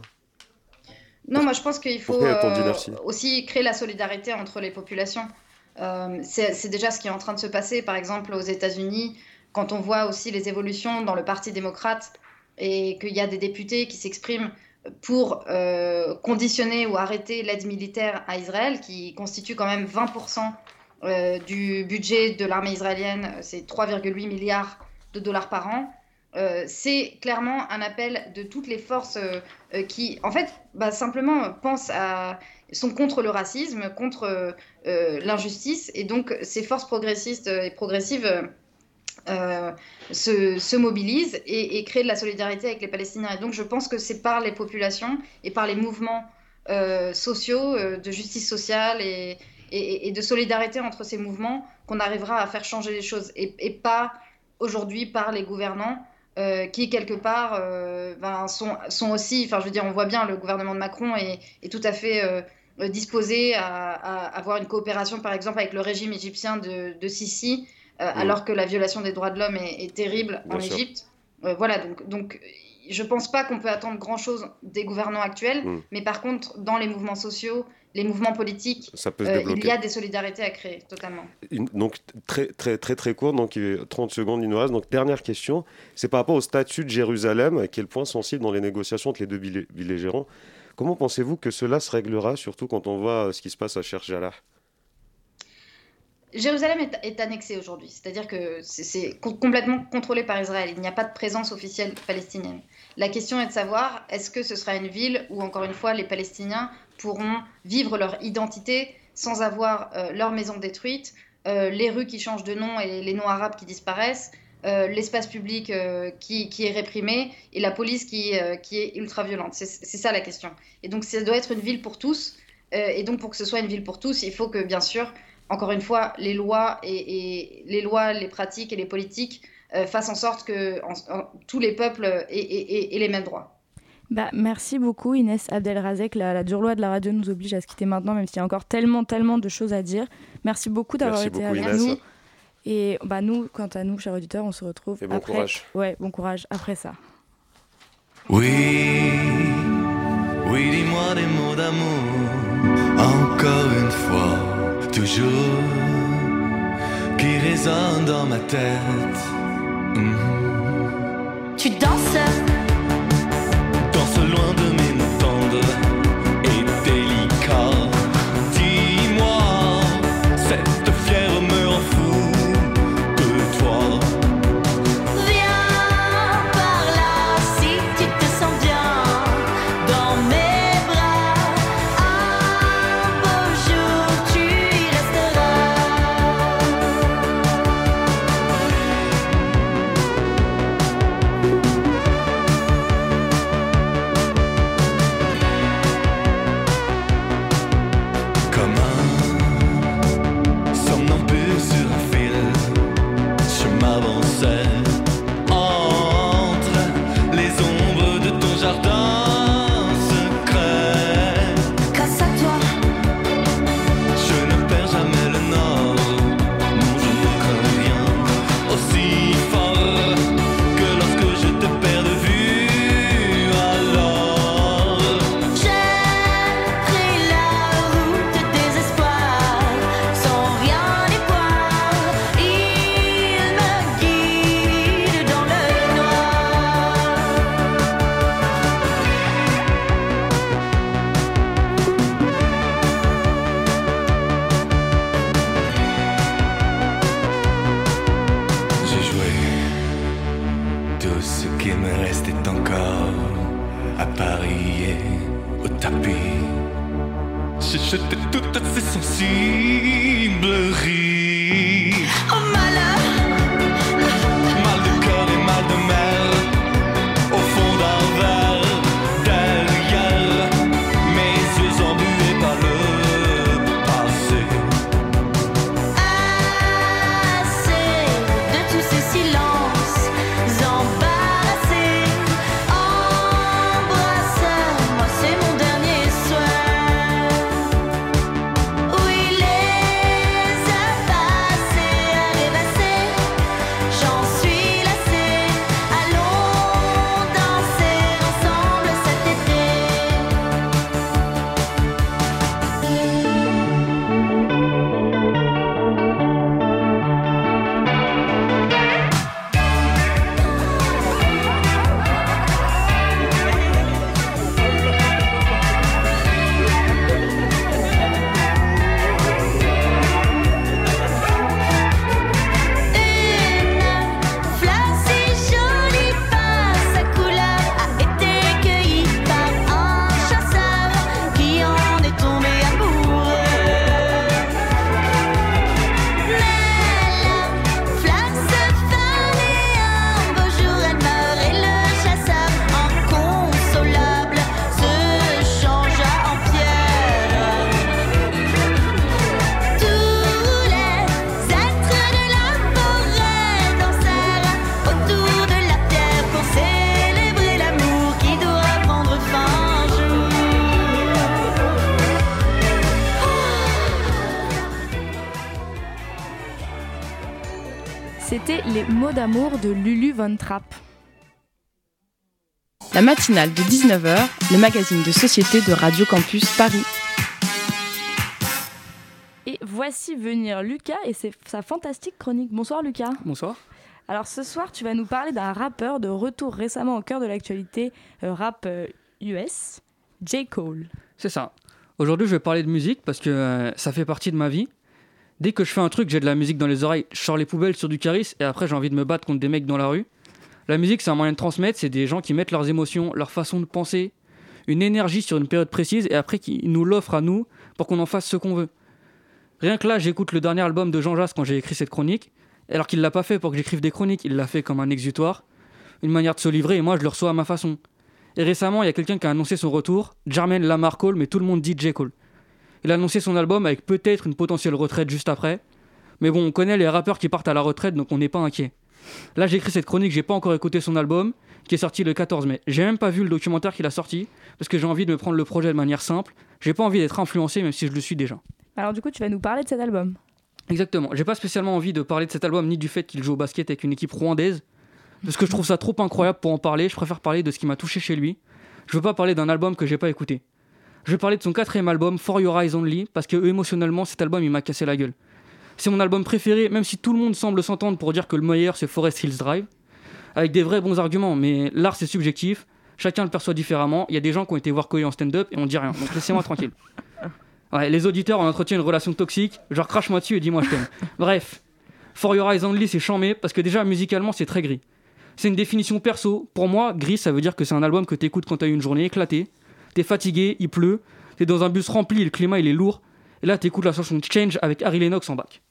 Non, moi je pense qu'il faut Pourquoi attendre euh, d'inertie ? aussi créer la solidarité entre les populations. Euh, c'est, c'est déjà ce qui est en train de se passer, par exemple aux États-Unis, quand on voit aussi les évolutions dans le Parti démocrate et qu'il y a des députés qui s'expriment pour euh, conditionner ou arrêter l'aide militaire à Israël, qui constitue quand même vingt pour cent Euh, du budget de l'armée israélienne, c'est trois virgule huit milliards de dollars par an. Euh, c'est clairement un appel de toutes les forces euh, euh, qui, en fait, bah, simplement pensent à, sont contre le racisme, contre euh, l'injustice, et donc ces forces progressistes et progressives euh, se, se mobilisent et, et créent de la solidarité avec les Palestiniens. Et donc je pense que c'est par les populations et par les mouvements euh, sociaux, euh, de justice sociale et Et, et de solidarité entre ces mouvements qu'on arrivera à faire changer les choses et, et pas aujourd'hui par les gouvernants euh, qui quelque part euh, ben, sont, sont aussi, enfin je veux dire on voit bien le gouvernement de Macron est, est tout à fait euh, disposé à, à avoir une coopération par exemple avec le régime égyptien de, de Sisi euh, mmh. alors que la violation des droits de l'homme est, est terrible bien en sûr. Égypte. Euh, voilà donc, donc je pense pas qu'on peut attendre grand chose des gouvernants actuels mmh. mais par contre dans les mouvements sociaux, les mouvements politiques, euh, il y a des solidarités à créer, totalement. Une, donc, très, très, très, très court, donc trente secondes, il nous reste. Donc, dernière question, c'est par rapport au statut de Jérusalem, qui est le point sensible dans les négociations entre les deux belligérants. Comment pensez-vous que cela se réglera, surtout quand on voit ce qui se passe à Sheikh Jarrah ? Jérusalem est, est annexée aujourd'hui, c'est-à-dire que c'est, c'est complètement contrôlé par Israël. Il n'y a pas de présence officielle palestinienne. La question est de savoir, est-ce que ce sera une ville où, encore une fois, les Palestiniens pourront vivre leur identité sans avoir euh, leur maison détruite, euh, les rues qui changent de nom et les noms arabes qui disparaissent, euh, l'espace public euh, qui, qui est réprimé et la police qui, euh, qui est ultra violente. C'est, c'est ça la question. Et donc ça doit être une ville pour tous. Euh, et donc pour que ce soit une ville pour tous, il faut que bien sûr, encore une fois, les lois, et, et, les, lois les pratiques et les politiques euh, fassent en sorte que en, en, tous les peuples aient, aient, aient les mêmes droits. Bah, merci beaucoup Inès Abdelrazek. La, la dure loi de la radio nous oblige à se quitter maintenant, même s'il y a encore tellement, tellement de choses à dire. Merci beaucoup d'avoir merci été beaucoup, avec Inès. nous. Et bah, nous, quant à nous, chers auditeurs, on se retrouve Et bon après. Courage. Ouais, bon courage après ça. Oui, oui, dis-moi des mots d'amour, encore une fois, toujours, qui résonnent dans ma tête. Mmh. Tu danses. Loin de mes mots tendres et délicats. Dis-moi, cette fièvre me rend fou de toi. Viens par là si tu te sens bien dans mes bras. Un beau jour tu y resteras. J'ai jeté toutes ces sensibles rires. Oh malheur, Mal de cœur et mal de mer. C'était les mots d'amour de Lulu Von Trapp. La matinale de dix-neuf heures, le magazine de société de Radio Campus Paris. Et voici venir Lucas et c'est sa fantastique chronique. Bonsoir Lucas. Bonsoir. Alors ce soir, tu vas nous parler d'un rappeur de retour récemment au cœur de l'actualité euh, rap euh, U S, J. Cole. C'est ça. Aujourd'hui, je vais parler de musique parce que euh, ça fait partie de ma vie. Dès que je fais un truc, j'ai de la musique dans les oreilles, je sors les poubelles sur du Caris et après j'ai envie de me battre contre des mecs dans la rue. La musique, c'est un moyen de transmettre, c'est des gens qui mettent leurs émotions, leur façon de penser, une énergie sur une période précise et après qui nous l'offrent à nous pour qu'on en fasse ce qu'on veut. Rien que là, j'écoute le dernier album de Jean Jass quand j'ai écrit cette chronique, alors qu'il l'a pas fait pour que j'écrive des chroniques, il l'a fait comme un exutoire, une manière de se livrer et moi je le reçois à ma façon. Et récemment, il y a quelqu'un qui a annoncé son retour, Jermaine Lamar Cole, mais tout le monde dit J. Cole. Il a annoncé son album avec peut-être une potentielle retraite juste après. Mais bon, on connaît les rappeurs qui partent à la retraite, donc on n'est pas inquiet. Là, j'ai écrit cette chronique, j'ai pas encore écouté son album, qui est sorti le quatorze mai. J'ai même pas vu le documentaire qu'il a sorti, parce que j'ai envie de me prendre le projet de manière simple. J'ai pas envie d'être influencé, même si je le suis déjà. Alors du coup, tu vas nous parler de cet album. Exactement. J'ai pas spécialement envie de parler de cet album, ni du fait qu'il joue au basket avec une équipe rwandaise, parce que je trouve ça trop incroyable pour en parler. Je préfère parler de ce qui m'a touché chez lui. Je veux pas parler d'un album que j'ai pas écouté. Je vais parler de son quatrième album, For Your Eyes Only, parce que émotionnellement, cet album, il m'a cassé la gueule. C'est mon album préféré, même si tout le monde semble s'entendre pour dire que le meilleur, c'est Forest Hills Drive, avec des vrais bons arguments, mais l'art, c'est subjectif, chacun le perçoit différemment. Il y a des gens qui ont été voir Koé en stand-up et on dit rien, donc laissez-moi tranquille. Ouais, les auditeurs, on entretient une relation toxique, genre crache-moi dessus et dis-moi je t'aime. Bref, For Your Eyes Only, c'est chambé, parce que déjà, musicalement, c'est très gris. C'est une définition perso. Pour moi, gris, ça veut dire que c'est un album que t'écoutes quand t'as eu une journée éclatée, t'es fatigué, il pleut, t'es dans un bus rempli et le climat il est lourd, et là t'écoutes la chanson Change avec Harry Lennox en bac.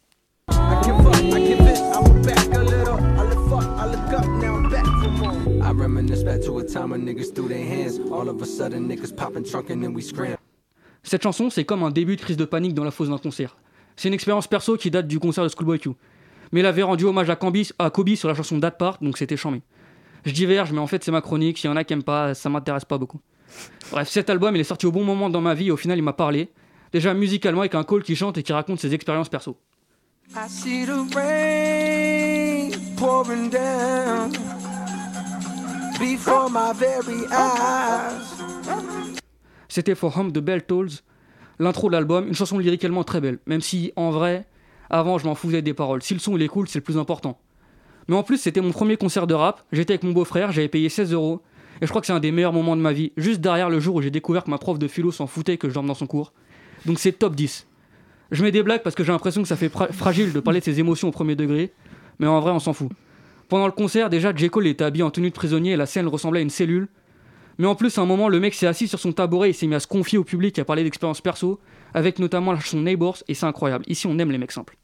Cette chanson, c'est comme un début de crise de panique dans la fosse d'un concert. C'est une expérience perso qui date du concert de Schoolboy Q. Mais il avait rendu hommage à, Cambi, à Kobe sur la chanson That Part, donc c'était chambé. Je diverge, mais en fait c'est ma chronique, s'il y en a qui aiment pas, ça m'intéresse pas beaucoup. Bref, cet album, il est sorti au bon moment dans ma vie et au final il m'a parlé. Déjà musicalement avec un Cole qui chante et qui raconte ses expériences perso. I see the rain pouring down before my very eyes. C'était For Whom the Bell Tolls, l'intro de l'album, une chanson lyriquement très belle, même si en vrai, avant je m'en foutais des paroles. Si le son il est cool, c'est le plus important. Mais en plus, c'était mon premier concert de rap, j'étais avec mon beau-frère, j'avais payé seize euros, et je crois que c'est un des meilleurs moments de ma vie, juste derrière le jour où j'ai découvert que ma prof de philo s'en foutait que je dorme dans son cours. Donc c'est top dix. Je mets des blagues parce que j'ai l'impression que ça fait fra- fragile de parler de ses émotions au premier degré, mais en vrai on s'en fout. Pendant le concert, déjà J. Cole était habillé en tenue de prisonnier et la scène ressemblait à une cellule. Mais en plus, à un moment, le mec s'est assis sur son tabouret et s'est mis à se confier au public et à parler d'expériences perso, avec notamment la chanson Neighbors, et c'est incroyable. Ici, on aime les mecs simples.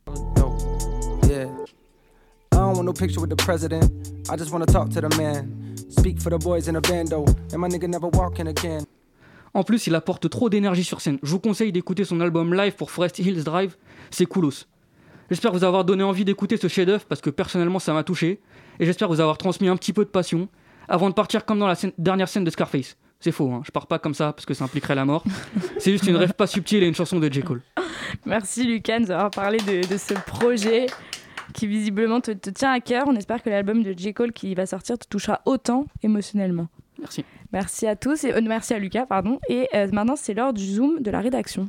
Yeah. I don't want no picture with the president. I just want to talk to the man. Speak for the boys in the bando. And my nigga never walking again. En plus, il apporte trop d'énergie sur scène. Je vous conseille d'écouter son album live pour Forest Hills Drive, c'est coolos. J'espère vous avoir donné envie d'écouter ce chef-d'œuvre parce que personnellement ça m'a touché, et j'espère vous avoir transmis un petit peu de passion avant de partir comme dans la scène, dernière scène de Scarface. C'est faux, hein, je pars pas comme ça parce que ça impliquerait la mort. C'est juste une rêve pas subtile et une chanson de J. Cole. Merci Lucas de nous avoir parlé de, de ce projet qui visiblement te, te tient à cœur. On espère que l'album de J. Cole qui va sortir te touchera autant émotionnellement. Merci. Merci à tous, et, euh, merci à Lucas, pardon. Et euh, maintenant, c'est l'heure du Zoom de la rédaction.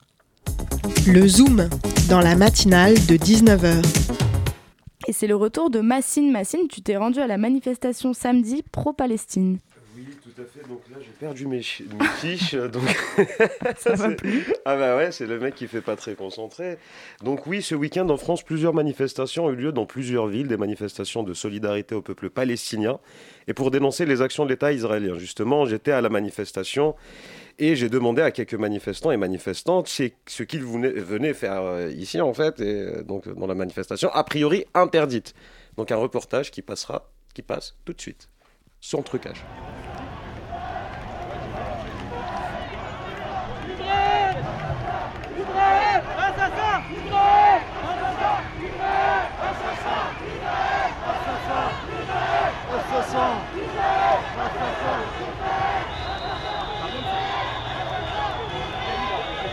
Le Zoom, dans la matinale de dix-neuf heures. Et c'est le retour de Massine. Massine, tu t'es rendu à la manifestation samedi pro-Palestine. Oui, tout à fait. Donc là, j'ai perdu mes, chi- mes fiches. Donc... Ça va plus. Ah bah ouais, c'est le mec qui fait pas très concentré. Donc oui, ce week-end en France, plusieurs manifestations ont eu lieu dans plusieurs villes, des manifestations de solidarité au peuple palestinien et pour dénoncer les actions de l'État israélien. Justement, j'étais à la manifestation et j'ai demandé à quelques manifestants et manifestantes c'est ce qu'ils venaient faire ici en fait, et donc dans la manifestation a priori interdite. Donc un reportage qui passera, qui passe tout de suite, sans trucage.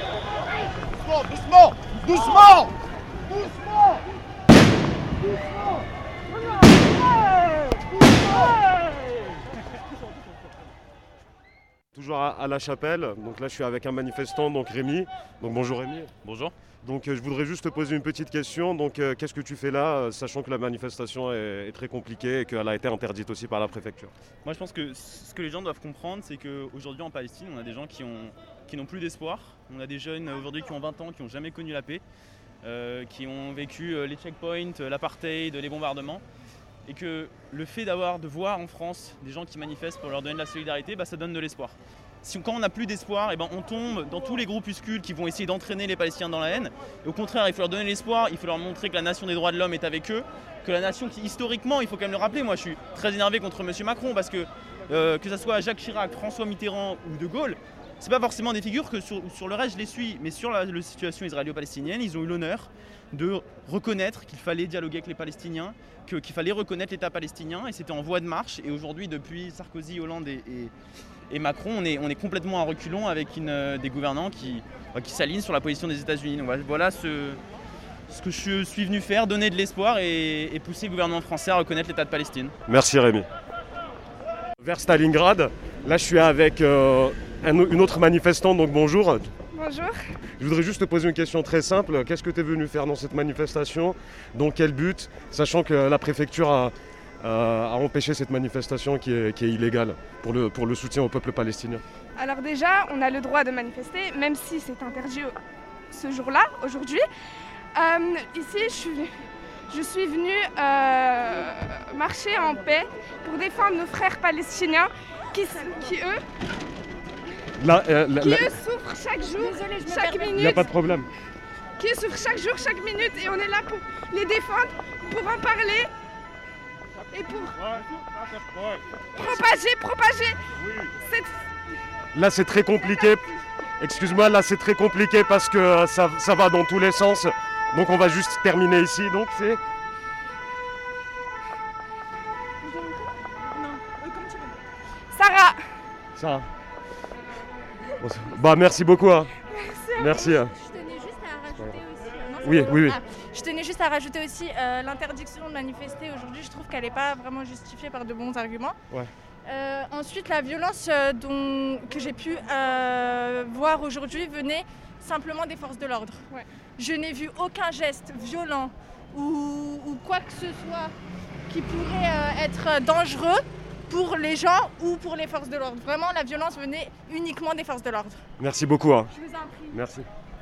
Doucement, doucement, doucement, doucement. Toujours à, à La Chapelle, donc là je suis avec un manifestant, donc Rémi. Donc bonjour Rémi. Bonjour. Donc euh, je voudrais juste te poser une petite question. Donc euh, qu'est-ce que tu fais là, euh, sachant que la manifestation est, est très compliquée et qu'elle a été interdite aussi par la préfecture? Moi je pense que ce que les gens doivent comprendre, c'est qu'aujourd'hui en Palestine, on a des gens qui, ont, qui n'ont plus d'espoir. On a des jeunes aujourd'hui qui ont vingt ans, qui n'ont jamais connu la paix, euh, qui ont vécu euh, les checkpoints, euh, l'apartheid, les bombardements. Et que le fait d'avoir, de voir en France des gens qui manifestent pour leur donner de la solidarité, bah, ça donne de l'espoir. Si, quand on n'a plus d'espoir, eh ben, on tombe dans tous les groupuscules qui vont essayer d'entraîner les Palestiniens dans la haine. Et au contraire, il faut leur donner l'espoir, il faut leur montrer que la nation des droits de l'homme est avec eux, que la nation qui, historiquement, il faut quand même le rappeler, moi je suis très énervé contre M. Macron parce que euh, que ce soit Jacques Chirac, François Mitterrand ou De Gaulle, c'est pas forcément des figures que sur, sur le reste je les suis, mais sur la, la situation israélo-palestinienne, ils ont eu l'honneur de reconnaître qu'il fallait dialoguer avec les Palestiniens, que, qu'il fallait reconnaître l'État palestinien, et c'était en voie de marche. Et aujourd'hui, depuis Sarkozy, Hollande et, et, et Macron, on est, on est complètement à reculons avec une, des gouvernants qui, qui s'alignent sur la position des États-Unis. Donc voilà ce, ce que je suis venu faire, donner de l'espoir et, et pousser le gouvernement français à reconnaître l'État de Palestine. Merci Rémi. Vers Stalingrad, là je suis avec euh, un, une autre manifestante, donc bonjour. Bonjour. Je voudrais juste te poser une question très simple. Qu'est-ce que tu es venu faire dans cette manifestation? Dans quel but? Sachant que la préfecture a, a, a empêché cette manifestation qui est, qui est illégale pour le, pour le soutien au peuple palestinien. Alors déjà, on a le droit de manifester, même si c'est interdit ce jour-là, aujourd'hui. Euh, ici, je suis, je suis venue euh, marcher en paix pour défendre nos frères palestiniens qui, qui eux... Là, euh, la, qui la... eux souffrent chaque jour, Désolée, je chaque minute. Il n'y a pas de problème. Qui eux souffrent chaque jour, chaque minute, et on est là pour les défendre, pour en parler et pour propager, propager. Cette... Là, c'est très compliqué. Excuse-moi, là, c'est très compliqué parce que ça, ça va dans tous les sens. Donc, on va juste terminer ici. Donc, c'est. Sarah. Sarah. Bah merci beaucoup. Hein. Merci. Merci. Hein. Je tenais juste à rajouter aussi. Euh, non, oui, oui, oui. Ah, je tenais juste à rajouter aussi euh, l'interdiction de manifester aujourd'hui. Je trouve qu'elle n'est pas vraiment justifiée par de bons arguments. Ouais. Euh, ensuite, la violence euh, dont, que j'ai pu euh, voir aujourd'hui venait simplement des forces de l'ordre. Ouais. Je n'ai vu aucun geste violent ou, ou quoi que ce soit qui pourrait euh, être dangereux pour les gens ou pour les forces de l'ordre. Vraiment, la violence venait uniquement des forces de l'ordre. Merci beaucoup. Hein. Je vous en prie. Merci.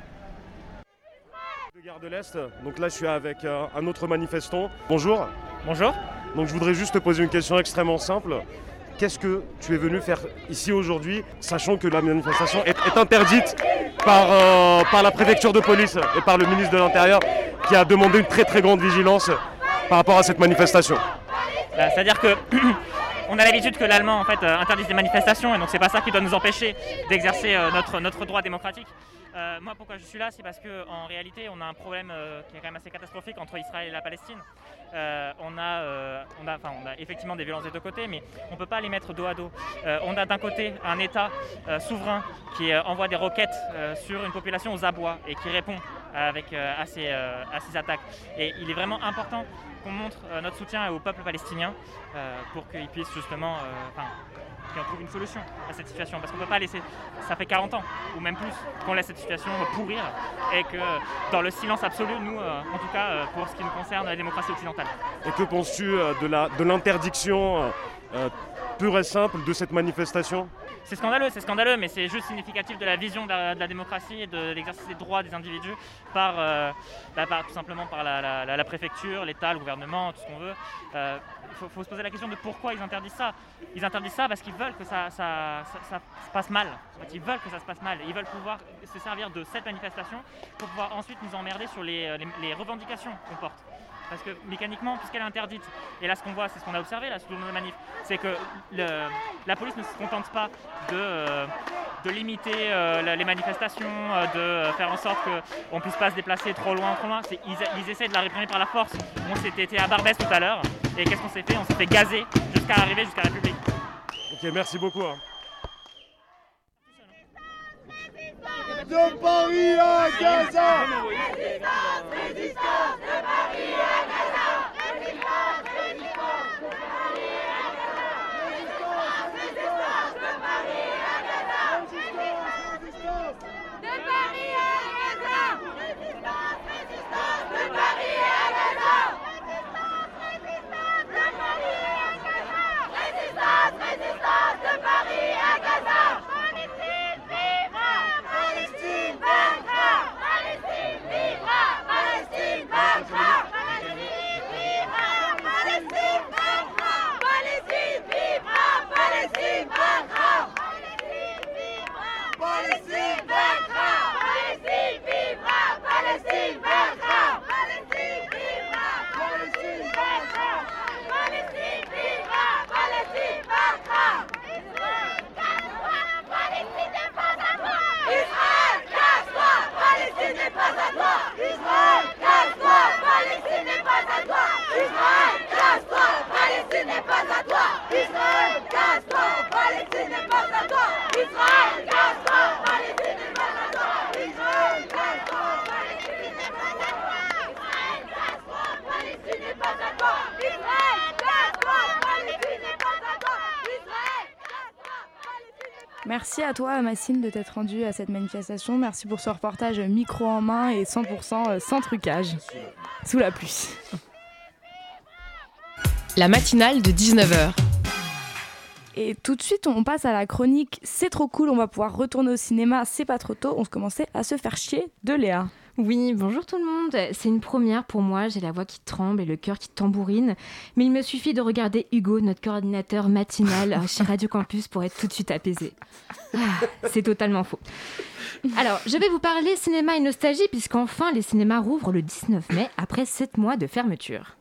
De Gare de l'Est, donc là je suis avec euh, un autre manifestant. Bonjour. Bonjour. Donc je voudrais juste te poser une question extrêmement simple. Qu'est-ce que tu es venu faire ici aujourd'hui, sachant que la manifestation est, est interdite par, euh, par la préfecture de police et par le ministre de l'Intérieur qui a demandé une très très grande vigilance par rapport à cette manifestation? Bah, c'est-à-dire que on a l'habitude que l'allemand en fait, euh, interdise des manifestations et donc c'est pas ça qui doit nous empêcher d'exercer euh, notre, notre droit démocratique. Euh, moi pourquoi je suis là, c'est parce qu'en réalité on a un problème euh, qui est quand même assez catastrophique entre Israël et la Palestine. Euh, on, a, euh, on, a, on a effectivement des violences des deux côtés, mais on ne peut pas les mettre dos à dos. Euh, on a d'un côté un État euh, souverain qui euh, envoie des roquettes euh, sur une population aux abois et qui répond avec, euh, à, ces, euh, à ces attaques. Et il est vraiment important qu'on montre euh, notre soutien au peuple palestinien euh, pour qu'il puisse justement euh, qu'on trouve une solution à cette situation. Parce qu'on ne peut pas laisser, ça fait quarante ans ou même plus qu'on laisse cette situation pourrir et que dans le silence absolu, nous, euh, en tout cas euh, pour ce qui nous concerne, la démocratie occidentale. Et que penses-tu euh, de, la, de l'interdiction euh, pure et simple de cette manifestation? C'est scandaleux, c'est scandaleux, mais c'est juste significatif de la vision de la, de la démocratie et de l'exercice des droits des individus par, euh, bah, par tout simplement par la, la, la, la préfecture, l'État, le gouvernement, tout ce qu'on veut. Il euh, faut, faut se poser la question de pourquoi ils interdisent ça. Ils interdisent ça parce qu'ils veulent que ça, ça, ça, ça se passe mal. En fait, ils veulent que ça se passe mal. Ils veulent pouvoir se servir de cette manifestation pour pouvoir ensuite nous emmerder sur les, les, les revendications qu'on porte. Parce que mécaniquement, puisqu'elle est interdite, et là ce qu'on voit, c'est ce qu'on a observé là, sur le manif, c'est que le, la police ne se contente pas de, euh, de limiter euh, les manifestations, euh, de faire en sorte qu'on ne puisse pas se déplacer trop loin, trop loin. C'est, ils, ils essaient de la réprimer par la force. On s'était été à Barbès tout à l'heure, et qu'est-ce qu'on s'est fait? On s'est fait gazer jusqu'à arriver jusqu'à la République. Ok, merci beaucoup. Hein. De Paris à Gaza! Résistance, résistance, de Paris à Gaza! Résistance, résistance, de Paris à Gaza! Résistance, résistance, de Paris à Gaza! Merci à toi, Massine, de t'être rendue à cette manifestation. Merci pour ce reportage micro en main et cent pour cent sans trucage. Sous la pluie. La matinale de dix-neuf heures. Et tout de suite, on passe à la chronique « C'est trop cool, on va pouvoir retourner au cinéma, c'est pas trop tôt ». On se commençait à se faire chier de Léa. Oui, bonjour tout le monde. C'est une première pour moi, j'ai la voix qui tremble et le cœur qui tambourine. Mais il me suffit de regarder Hugo, notre coordinateur matinal chez Radio Campus, pour être tout de suite apaisé. Ah, c'est totalement faux. Alors, je vais vous parler cinéma et nostalgie, puisqu'enfin les cinémas rouvrent le dix-neuf mai, après sept mois de fermeture.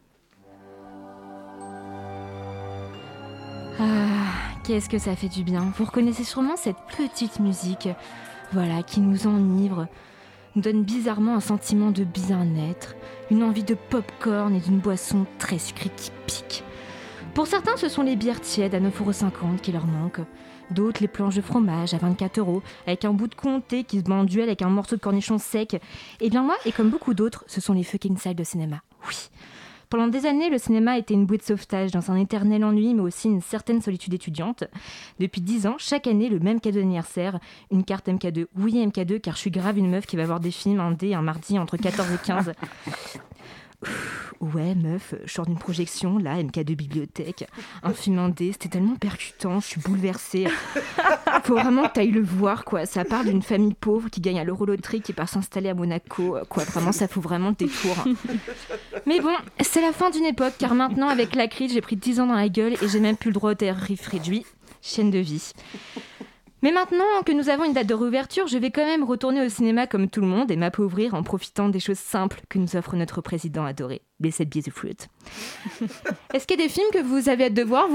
Ah, qu'est-ce que ça fait du bien. Vous reconnaissez sûrement cette petite musique, voilà, qui nous enivre, nous donne bizarrement un sentiment de bien-être, une envie de pop-corn et d'une boisson très sucrée qui pique. Pour certains, ce sont les bières tièdes à neuf euros cinquante qui leur manquent. D'autres, les planches de fromage à vingt-quatre euros, avec un bout de comté qui se bat en duel avec un morceau de cornichon sec. Et bien moi, et comme beaucoup d'autres, ce sont les fucking salles de cinéma. Oui. Pendant des années, le cinéma était une bouée de sauvetage dans un éternel ennui, mais aussi une certaine solitude étudiante. Depuis dix ans, chaque année, le même cadeau d'anniversaire, une carte M K deux. Oui, M K deux, car je suis grave une meuf qui va voir des films un dé un mardi entre quatorze et quinze. Ouais, meuf, je sors d'une projection, là, M K deux bibliothèque, un film indé, c'était tellement percutant, je suis bouleversée. Faut vraiment que t'ailles le voir, quoi. Ça parle d'une famille pauvre qui gagne à l'euro-loterie, qui part s'installer à Monaco, quoi. Vraiment, ça fout vraiment le détour. Mais bon, c'est la fin d'une époque, car maintenant, avec la crise, j'ai pris dix ans dans la gueule et j'ai même plus le droit au tarif réduit. Chaîne de vie. Mais maintenant que nous avons une date de réouverture, je vais quand même retourner au cinéma comme tout le monde et m'appauvrir en profitant des choses simples que nous offre notre président adoré, Blessed be the Fruit. Est-ce qu'il y a des films que vous avez hâte de voir, vous ?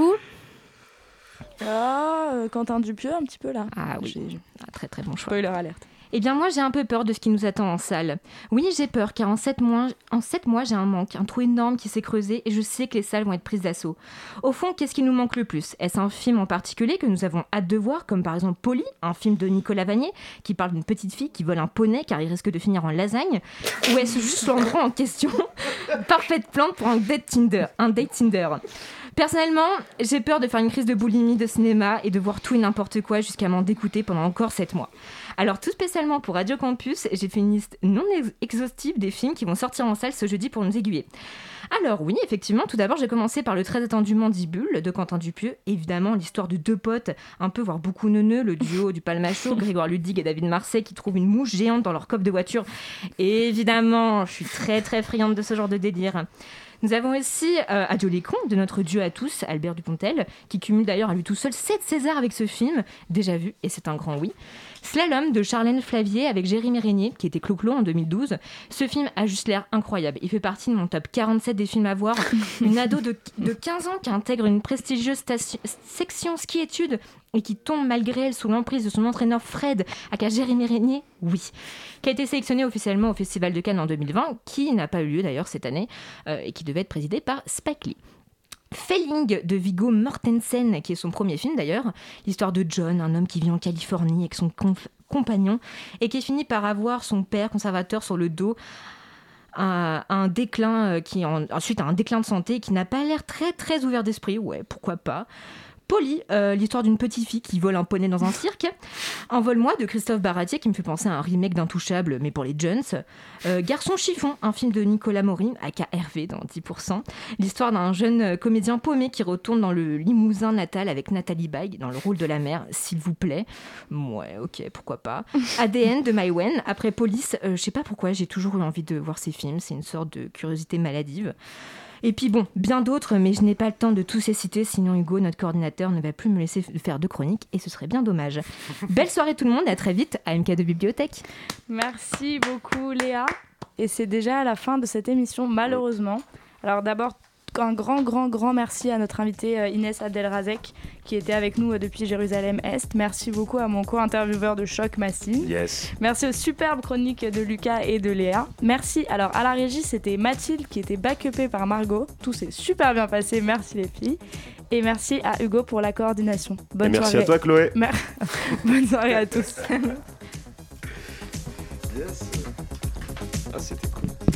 Ah, euh, Quentin Dupieux, un petit peu là. Ah oui, j'ai... ah, très très bon choix. Spoiler alerte. Eh bien moi j'ai un peu peur de ce qui nous attend en salle. Oui, j'ai peur car en sept mois, en sept mois j'ai un manque, un trou énorme qui s'est creusé et je sais que les salles vont être prises d'assaut. Au fond, qu'est-ce qui nous manque le plus ? Est-ce un film en particulier que nous avons hâte de voir, comme par exemple Polly, un film de Nicolas Vanier qui parle d'une petite fille qui vole un poney car il risque de finir en lasagne ? Ou est-ce juste l'endroit en question ? Parfaite plante pour un date Tinder, un date Tinder. Personnellement, j'ai peur de faire une crise de boulimie de cinéma et de voir tout et n'importe quoi jusqu'à m'en dégoûter pendant encore sept mois. Alors tout spécialement pour Radio Campus, j'ai fait une liste non ex- exhaustive des films qui vont sortir en salle ce jeudi pour nous aiguiller. Alors oui, effectivement, tout d'abord j'ai commencé par le très attendu Mandibule de Quentin Dupieux, évidemment l'histoire de deux potes, un peu voire beaucoup neuneux, le duo du Palmacho, Grégoire Ludig et David Marseille qui trouvent une mouche géante dans leur coffre de voiture. Et évidemment, je suis très très friande de ce genre de délire. Nous avons aussi euh, Adieu les cons de notre dieu à tous, Albert Dupontel, qui cumule d'ailleurs à lui tout seul sept Césars avec ce film, déjà vu, et c'est un grand oui. Slalom de Charlène Flavier avec Jérémy Régnier, qui était Clo-Clo en deux mille douze. Ce film a juste l'air incroyable. Il fait partie de mon top quarante-sept des films à voir. Une ado de, de quinze ans qui intègre une prestigieuse station, section ski-études et qui tombe malgré elle sous l'emprise de son entraîneur Fred, aka Jérémy Régnier, oui, qui a été sélectionné officiellement au Festival de Cannes en deux mille vingt, qui n'a pas eu lieu d'ailleurs cette année, euh, et qui devait être présidé par Spike Lee. Felling de Viggo Mortensen, qui est son premier film d'ailleurs, l'histoire de John, un homme qui vit en Californie avec son conf- compagnon et qui finit par avoir son père conservateur sur le dos, un, un déclin qui en, ensuite un déclin de santé qui n'a pas l'air très très ouvert d'esprit, ouais pourquoi pas. Polly, euh, l'histoire d'une petite fille qui vole un poney dans un cirque. Envole-moi de Christophe Baratier qui me fait penser à un remake d'Intouchable mais pour les jeunes. Euh, Garçon chiffon, un film de Nicolas Maury, aka Hervé dans dix pour cent. L'histoire d'un jeune comédien paumé qui retourne dans le Limousin natal avec Nathalie Baye dans le rôle de la mère, s'il vous plaît. Ouais, ok, pourquoi pas. A D N de Maïwen. Après Police, euh, je sais pas pourquoi j'ai toujours eu envie de voir ces films, c'est une sorte de curiosité maladive. Et puis bon, bien d'autres, mais je n'ai pas le temps de tous les citer, sinon Hugo, notre coordinateur, ne va plus me laisser faire de chroniques, et ce serait bien dommage. Belle soirée tout le monde, à très vite à M K deux Bibliothèque. Merci beaucoup Léa. Et c'est déjà la fin de cette émission, malheureusement. Alors d'abord, un grand, grand, grand merci à notre invitée euh, Inès Abdelrazek qui était avec nous euh, depuis Jérusalem-Est. Merci beaucoup à mon co-intervieweur de choc, Massine. Yes. Merci aux superbes chroniques de Lucas et de Léa. Merci. Alors à la régie, c'était Mathilde qui était back-upée par Margot. Tout s'est super bien passé. Merci les filles. Et merci à Hugo pour la coordination. Bonne et merci soirée. à toi Chloé. Mer- Bonne soirée à tous. Yes. Ah, c'était cool.